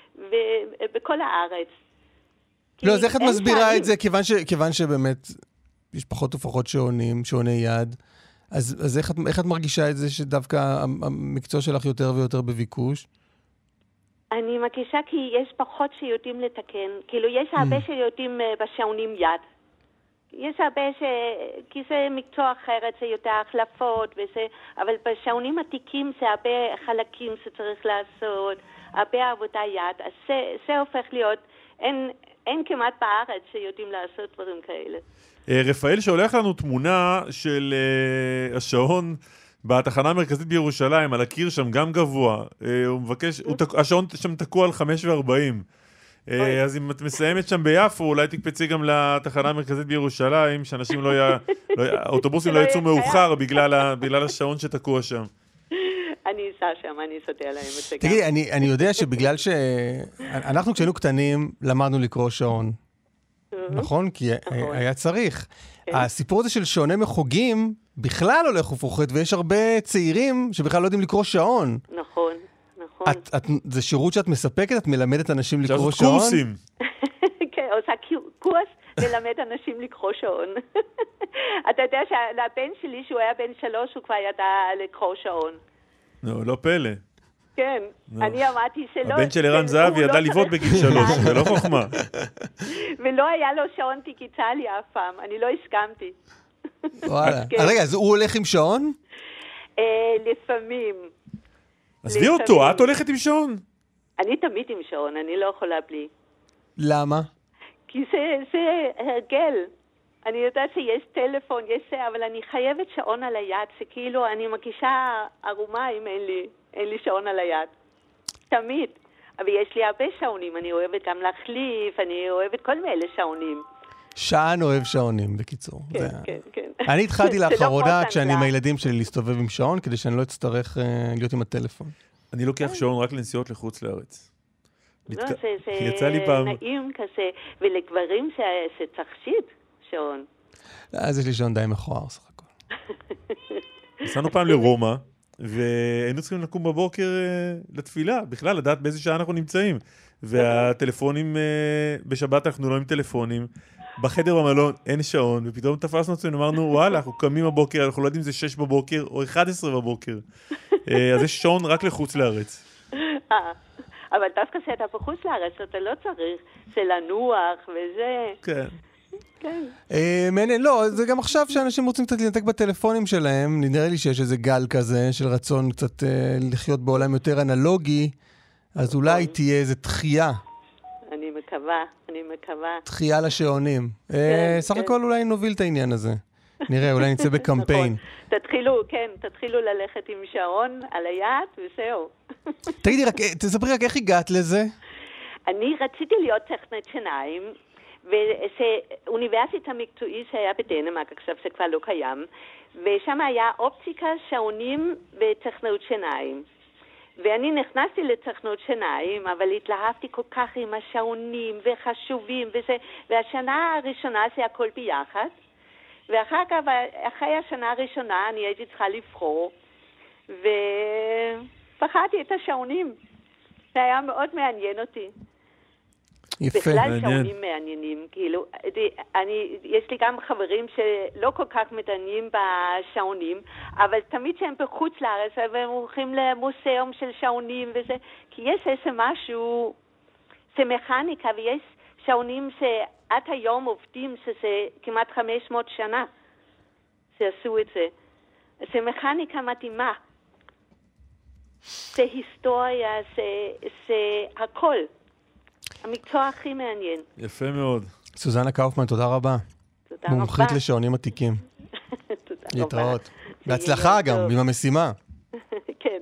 ובכל הארץ. לא, אז איך את מסבירה שענים. את זה? כיוון, ש, כיוון שבאמת יש פחות ופחות שעונים, שעוני יד, אז, אז איך, את, איך את מרגישה את זה שדווקא המקצוע שלך יותר ויותר בביקוש? אני מרגישה כי יש פחות שיודעים לתקן. כאילו, יש הרבה שיודעים בשעונים יד. יש הרבה ש... כי זה מקצוע אחרת, זה יותר החלפות וזה... אבל בשעונים עתיקים זה הרבה חלקים שצריך לעשות, הרבה עבודה יד. אז זה, זה הופך להיות... אין, אין כמעט בארץ שיודעים לעשות דברים כאלה. רפאל שולח לנו תמונה של uh, השעון... בתחנה המרכזית בירושלים, על הקיר שם גם גבוה, הוא מבקש, השעון שם תקוע על חמש וארבעים. אז אם את מסיימת שם ביפו, אולי תקפצי גם לתחנה המרכזית בירושלים, שאנשים לא י... האוטובוסים לא יצאו מאוחר בגלל השעון שתקוע שם. אני אסע שם, אני אסתכל להם את זה גם. תגידי, אני יודע שבגלל ש... אנחנו כשהיינו קטנים למדנו לקרוא שעון. נכון? כי היה צריך. הסיפור הזה של שעוני מחוגים בכלל הולך ופוחת, ויש הרבה צעירים שבכלל לא יודעים לקרוא שעון. נכון, נכון. את, את, זה שירות שאת מספקת? את מלמדת אנשים לקרוא שעון? קורסים. כן, עושה קורס ללמד אנשים לקרוא שעון. אתה יודע שלבן שלי, שהוא היה בן שלוש, הוא כבר ידע לקרוא שעון. לא, לא פלא. כן, אני אמרתי שלא... הבן של ערן זהבי ידע לבעוט בגיל שלוש, זה לא חוכמה. ולא היה לו שעון דיגיטלי אף פעם, אני לא הסכמתי. וואלה. רגע, אז הוא הולך עם שעון? לפעמים. עזבי אותו, את הולכת עם שעון? אני תמיד עם שעון, אני לא יכולה בלי. למה? כי זה הרגל. אני יודעת שיש טלפון, יש זה, אבל אני חייבת שעון על היד, שכאילו אני מרגישה ערומה אם אין לי, אין לי שעון על היד. תמיד. אבל יש לי הרבה שעונים, אני אוהבת גם להחליף, אני אוהבת כל מיני שעונים. שען אוהב שעונים, בקיצור. כן, זה... כן, כן. אני התחלתי לאחרונה, כשאני עם הילדים שלי, להסתובב עם שעון, כדי שאני לא אצטרך uh, להיות עם הטלפון. אני לוקח שעון רק לנסיעות לחוץ לארץ. לא, זה נעים כזה, ולגברים שתחשיד שעון. אז יש לי שעון די מכוער, סך הכל. נסענו פעם לרומא, והיינו צריכים לקום בבוקר לתפילה, בכלל, לדעת באיזה שעה אנחנו נמצאים. והטלפונים, בשבת אנחנו לא עם טלפונים, בחדר במלון אין שעון, ופתאום תפסנו אותנו, אמרנו, וואלה, אנחנו קמים בבוקר, אנחנו לא יודעים אם זה שש בבוקר או אחת עשרה בבוקר. אז יש שעון רק לחוץ לארץ. אבל דווקא שאתה בחוץ לארץ, אתה לא צריך, זה לנוח וזה. כן. כן. מעניין, לא, זה גם עכשיו שאנשים רוצים קצת לנתק בטלפונים שלהם, נראה לי שיש איזה גל כזה של רצון קצת לחיות בעולם יותר אנלוגי, אז אולי תהיה איזה תחייה. אני מקווה, אני מקווה. תחייה לשעונים. סך הכל אולי נוביל את העניין הזה. נראה, אולי נצא בקמפיין. תתחילו, כן, תתחילו ללכת עם שעון על היד וזהו. תגידי רק, תספרי רק איך הגעת לזה? אני רציתי להיות טכנאית שיניים, ואוניברסיטה מקצועית שהיה בדנמרק, עכשיו זה כבר לא קיים, ושם היה אופטיקה, שעונים וטכנאות שיניים. ואני נכנסתי לטכנאות שיניים, אבל התלהבתי כל כך עם השעונים וחשובים וזה, והשנה הראשונה זה הכל ביחד. ואחר כך, אחרי השנה הראשונה, אני הייתי צריכה לבחור, ובחרתי את השעונים. זה היה מאוד מעניין אותי. יפה, בכלל מעניין. שעונים מעניינים, כאילו, אני, יש לי גם חברים שלא כל כך מתעניינים בשעונים, אבל תמיד שהם בחוץ לארץ, והם הולכים למוסאום של שעונים וזה, כי יש איזה משהו, זה מכניקה, ויש שעונים שעד היום עובדים, שזה כמעט חמש מאות שנה שעשו את זה. זה מכניקה מתאימה. זה היסטוריה, זה, זה הכל. המקצוע הכי מעניין. יפה מאוד. סוזנה קאופמן, תודה רבה. תודה רבה. מומחית לשעונים עתיקים. תודה רבה. להתראות. בהצלחה גם, עם המשימה. כן.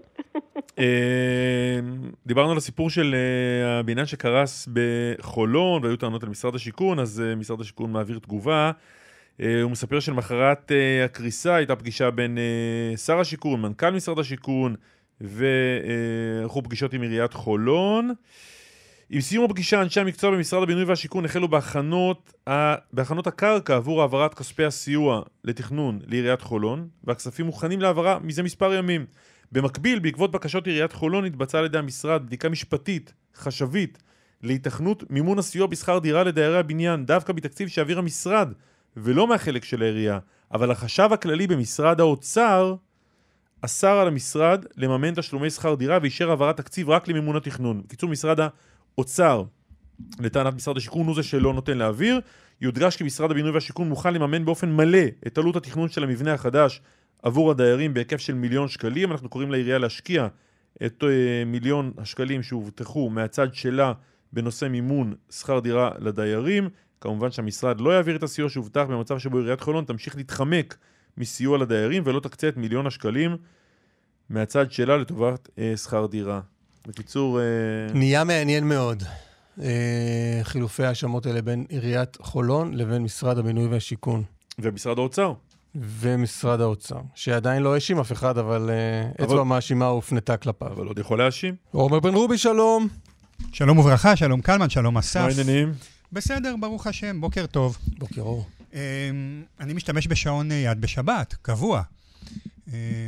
דיברנו על הסיפור של הבניין שקרס בחולון, והיו טענות על משרד השיכון, אז משרד השיכון מעביר תגובה. הוא מספר שלמחרת הקריסה הייתה פגישה בין שר השיכון, מנכ"ל משרד השיכון, וערכו פגישות עם עיריית חולון. עם סיום הפגישה, אנשי המקצוע במשרד הבינוי והשיכון החלו בהכנות, בהכנות הקרקע עבור העברת כספי הסיוע לתכנון לעיריית חולון, והכספים מוכנים להעברה מזה מספר ימים. במקביל, בעקבות בקשות עיריית חולון, התבצעה על ידי המשרד בדיקה משפטית, חשבית, להתכנות מימון הסיוע בשכר דירה לדיירי הבניין, דווקא בתקציב שהעביר המשרד, ולא מהחלק של העירייה. אבל החשב הכללי במשרד האוצר אסר על המשרד לממן תשלומי שכר דירה, ואישר העברת תקציב רק למימון התכנון. בקיצור, משרד האוצר, לטענת משרד השיכון, הוא זה שלא נותן להעביר. יודגש כי משרד הבינוי והשיכון מוכן לממן באופן מלא את עלות התכנון של המבנה החדש עבור הדיירים בהיקף של מיליון שקלים. אנחנו קוראים לעירייה להשקיע את מיליון השקלים שהובטחו מהצד שלה בנושא מימון שכר דירה לדיירים. כמובן שהמשרד לא יעביר את הסיוע שהובטח במצב שבו עיריית חולון תמשיך להתחמק מסיוע לדיירים ולא תקצה את מיליון השקלים מהצד שלה לטובת אה, שכר דירה. בקיצור... אה... נהיה מעניין מאוד. אה, חילופי האשמות האלה בין עיריית חולון לבין משרד הבינוי והשיכון. ומשרד האוצר. ומשרד האוצר, שעדיין לא האשים אף אחד, אבל אה, אצבע מאשימה הופנתה כלפיו. אבל עוד יכול להאשים. עומר בן רובי, שלום. שלום וברכה, שלום קלמן, שלום אסף. מה העניינים? בסדר, ברוך השם, בוקר טוב. בוקר אור. אני משתמש בשעון יד בשבת, קבוע.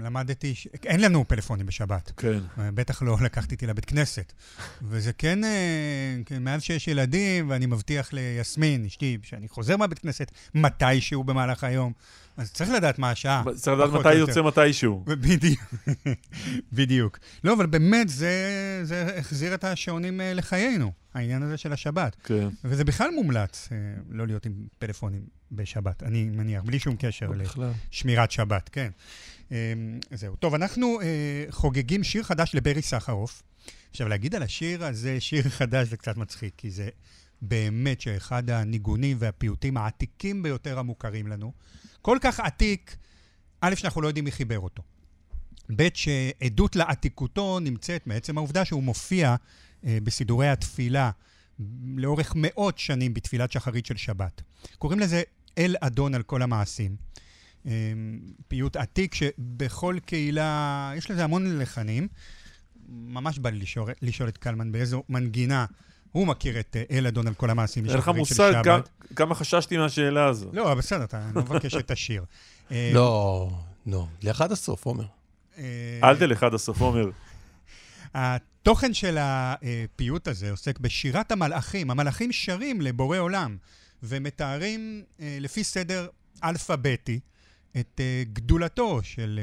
למדתי, ש... אין לנו פלאפונים בשבת. כן. בטח לא לקחתי אותי לבית כנסת. וזה כן, מאז שיש ילדים, ואני מבטיח ליסמין, אשתי, שאני חוזר מהבית כנסת מתישהו במהלך היום, אז צריך לדעת מה השעה. צריך לדעת מתי יוצא מתישהו. בדיוק. בדיוק. לא, אבל באמת זה, זה החזיר את השעונים לחיינו, העניין הזה של השבת. כן. וזה בכלל מומלץ לא להיות עם פלאפונים בשבת, אני מניח, בלי שום קשר לשמירת שבת, כן. זהו. טוב, אנחנו חוגגים שיר חדש לברי סחרוף. עכשיו, להגיד על השיר הזה, שיר חדש זה קצת מצחיק, כי זה באמת שאחד הניגונים והפיוטים העתיקים ביותר המוכרים לנו. כל כך עתיק, א', שאנחנו לא יודעים מי חיבר אותו. ב', שעדות לעתיקותו נמצאת מעצם העובדה שהוא מופיע אה, בסידורי התפילה לאורך מאות שנים בתפילת שחרית של שבת. קוראים לזה אל אדון על כל המעשים. אה, פיוט עתיק שבכל קהילה, יש לזה המון לחנים. ממש בא לי לשאול, לשאול את קלמן באיזו מנגינה הוא מכיר את אל אדון על כל המעשים של שחרית של שבת. אין לך מושג כמה חששתי מהשאלה הזו. לא, בסדר, אתה לא מבקש את השיר. לא, לא, לאחד הסוף, עומר. אל תלך עד הסוף, עומר. התוכן של הפיוט הזה עוסק בשירת המלאכים. המלאכים שרים לבורא עולם, ומתארים לפי סדר אלפביתי את גדולתו של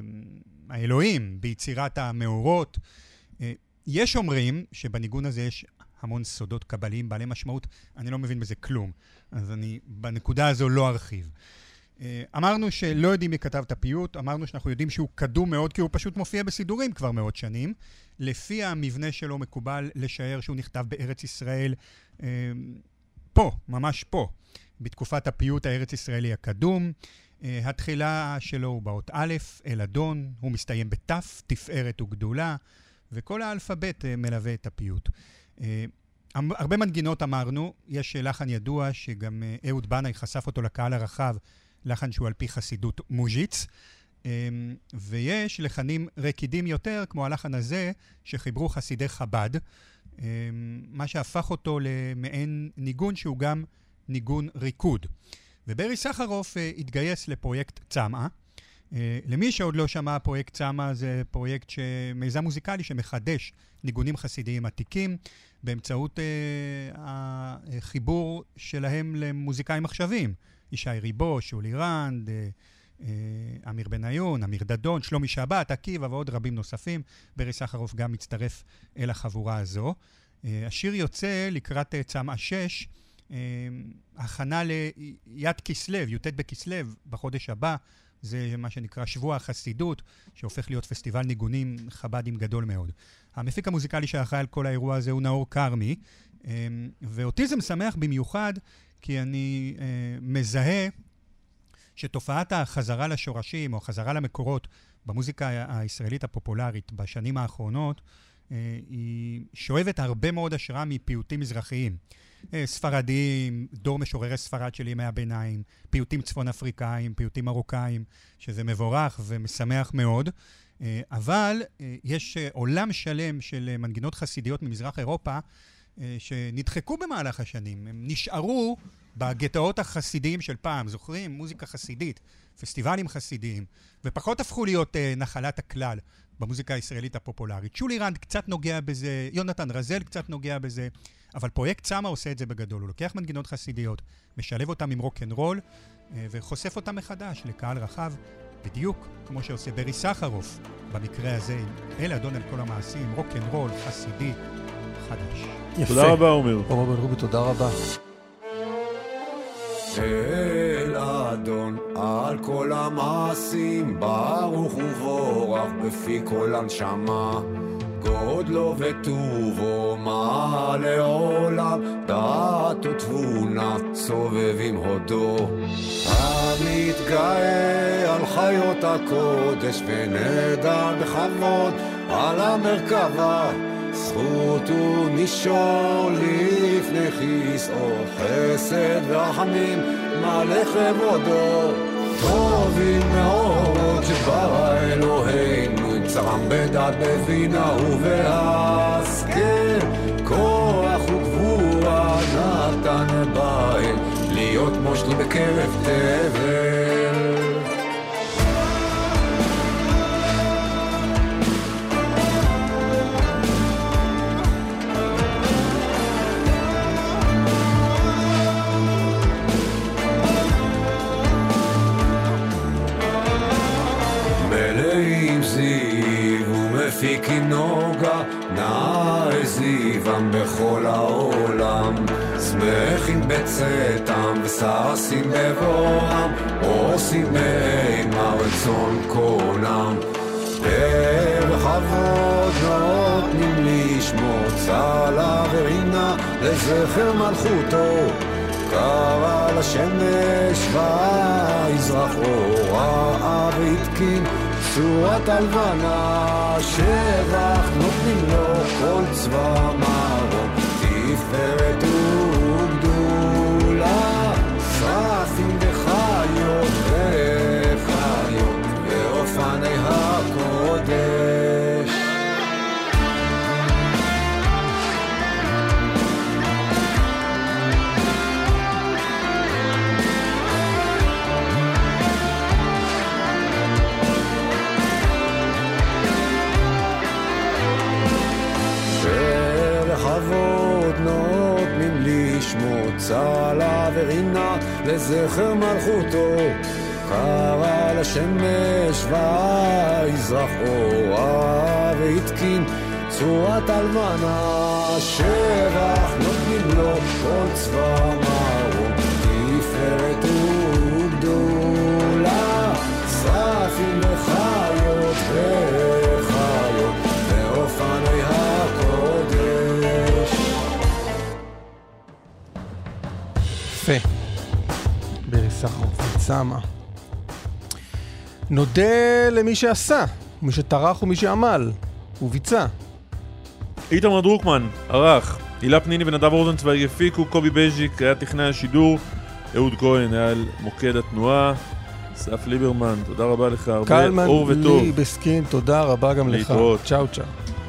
האלוהים ביצירת המאורות. יש אומרים שבניגון הזה יש המון סודות קבליים בעלי משמעות, אני לא מבין בזה כלום, אז אני בנקודה הזו לא ארחיב. אמרנו שלא יודעים מי כתב את הפיוט, אמרנו שאנחנו יודעים שהוא קדום מאוד, כי הוא פשוט מופיע בסידורים כבר מאות שנים. לפי המבנה שלו מקובל לשער שהוא נכתב בארץ ישראל, פה, ממש פה, בתקופת הפיוט הארץ ישראלי הקדום. התחילה שלו הוא באות א', אל אדון, הוא מסתיים בתף, תפארת וגדולה, וכל האלפבית מלווה את הפיוט. הרבה מנגינות אמרנו, יש לחן ידוע שגם אהוד בנאי חשף אותו לקהל הרחב, לחן שהוא על פי חסידות מוז'יץ, ויש לחנים רקידים יותר, כמו הלחן הזה, שחיברו חסידי חב"ד, מה שהפך אותו למעין ניגון שהוא גם ניגון ריקוד. וברי סחרוף התגייס לפרויקט צמאה. למי שעוד לא שמע, פרויקט צמאה זה פרויקט מיזם מוזיקלי שמחדש ניגונים חסידיים עתיקים, באמצעות החיבור שלהם למוזיקאים עכשוויים. ישי ריבו, שולי רנד, אמיר בניון, אמיר דדון, שלומי שבת, עקיבא ועוד רבים נוספים. ברי סחרוף גם מצטרף אל החבורה הזו. השיר יוצא לקראת צמאה שש, הכנה ליד כסלו, י"ט בכסלו, בחודש הבא. זה מה שנקרא שבוע החסידות, שהופך להיות פסטיבל ניגונים חב"דים גדול מאוד. המפיק המוזיקלי שאחראי על כל האירוע הזה הוא נאור קרמי, ואותי זה משמח במיוחד, כי אני מזהה שתופעת החזרה לשורשים, או החזרה למקורות, במוזיקה הישראלית הפופולרית בשנים האחרונות, היא שואבת הרבה מאוד השראה מפיוטים מזרחיים. ספרדיים, דור משוררי ספרד של ימי הביניים, פיוטים צפון אפריקאים, פיוטים מרוקאים, שזה מבורך ומשמח מאוד. אבל יש עולם שלם של מנגינות חסידיות ממזרח אירופה, שנדחקו במהלך השנים. הם נשארו בגטאות החסידיים של פעם, זוכרים? מוזיקה חסידית, פסטיבלים חסידיים, ופחות הפכו להיות נחלת הכלל במוזיקה הישראלית הפופולרית. שולי רנד קצת נוגע בזה, יונתן רזל קצת נוגע בזה, אבל פרויקט צמאה עושה את זה בגדול. הוא לוקח מנגינות חסידיות, משלב אותם עם רוק-אנד-רול, וחושף אותם מחדש לקהל רחב, בדיוק כמו שעושה ברי סחרוף, במקרה הזה, אל אדון על כל המעשים, רוק-אנד-רול, חסידי, חדש. יפה. תודה רבה, עומר. עומר בן רובי, תודה רבה. אל אדון על כל המעשים, ברוך ובורך בפי כל הנשמה, גודלו וטובו מה לעולם, דעת ותבונה סובבים הודו. המתגאה על חיות הקודש ונדע בכבוד על המרכבה, זכות ומישור לפני כיסאו, חסד ורחמים מלא כבודו. טובים מאוד שברא אלוהינו, עם צרם בדעת בבינה ובהשכל, כוח וגבורה נתן בהם, להיות מושלים בקרב תבל. נעים זיו ומפיק עם נוגה, נערי זיוון בכל העולם. שמחים בצאתם וששים בבואם, עושים מהם הרצון קונם. בכבוד נותנים לשמור צהלה ורינה לזכר מלכותו. קרא לשמש ויזרח אורה והתקין צורת הלבנה. שבח נותנים לו כל צבא מרום, תפארת וגדולה. שרפים וחיות וחיות ואופני הקודש. שלכבוד נותנים לשמור צהלה ורינה לזכר מלכותו. קרא לשמש ויזרח אורה והתקין צורת אלמנה. שבח נותנים לו כל צבא מרום, תפארת וגדולה. שרפים וחיות וחיות ואופני הקודש. יפה. בריסחרוף וצמה. נודה למי שעשה, מי שטרח ומי שעמל וביצע. איתמר דרוקמן, ערך, הילה פניני ונדב רוזנצוויג הפיקו, קובי בז'יק היה טכנאי השידור, אהוד כהן היה על מוקד התנועה, אסף ליברמן, תודה רבה לך, הרבה אור וטוב. קלמן לי בסקין, תודה רבה גם לך. להתראות. צ'או צ'או.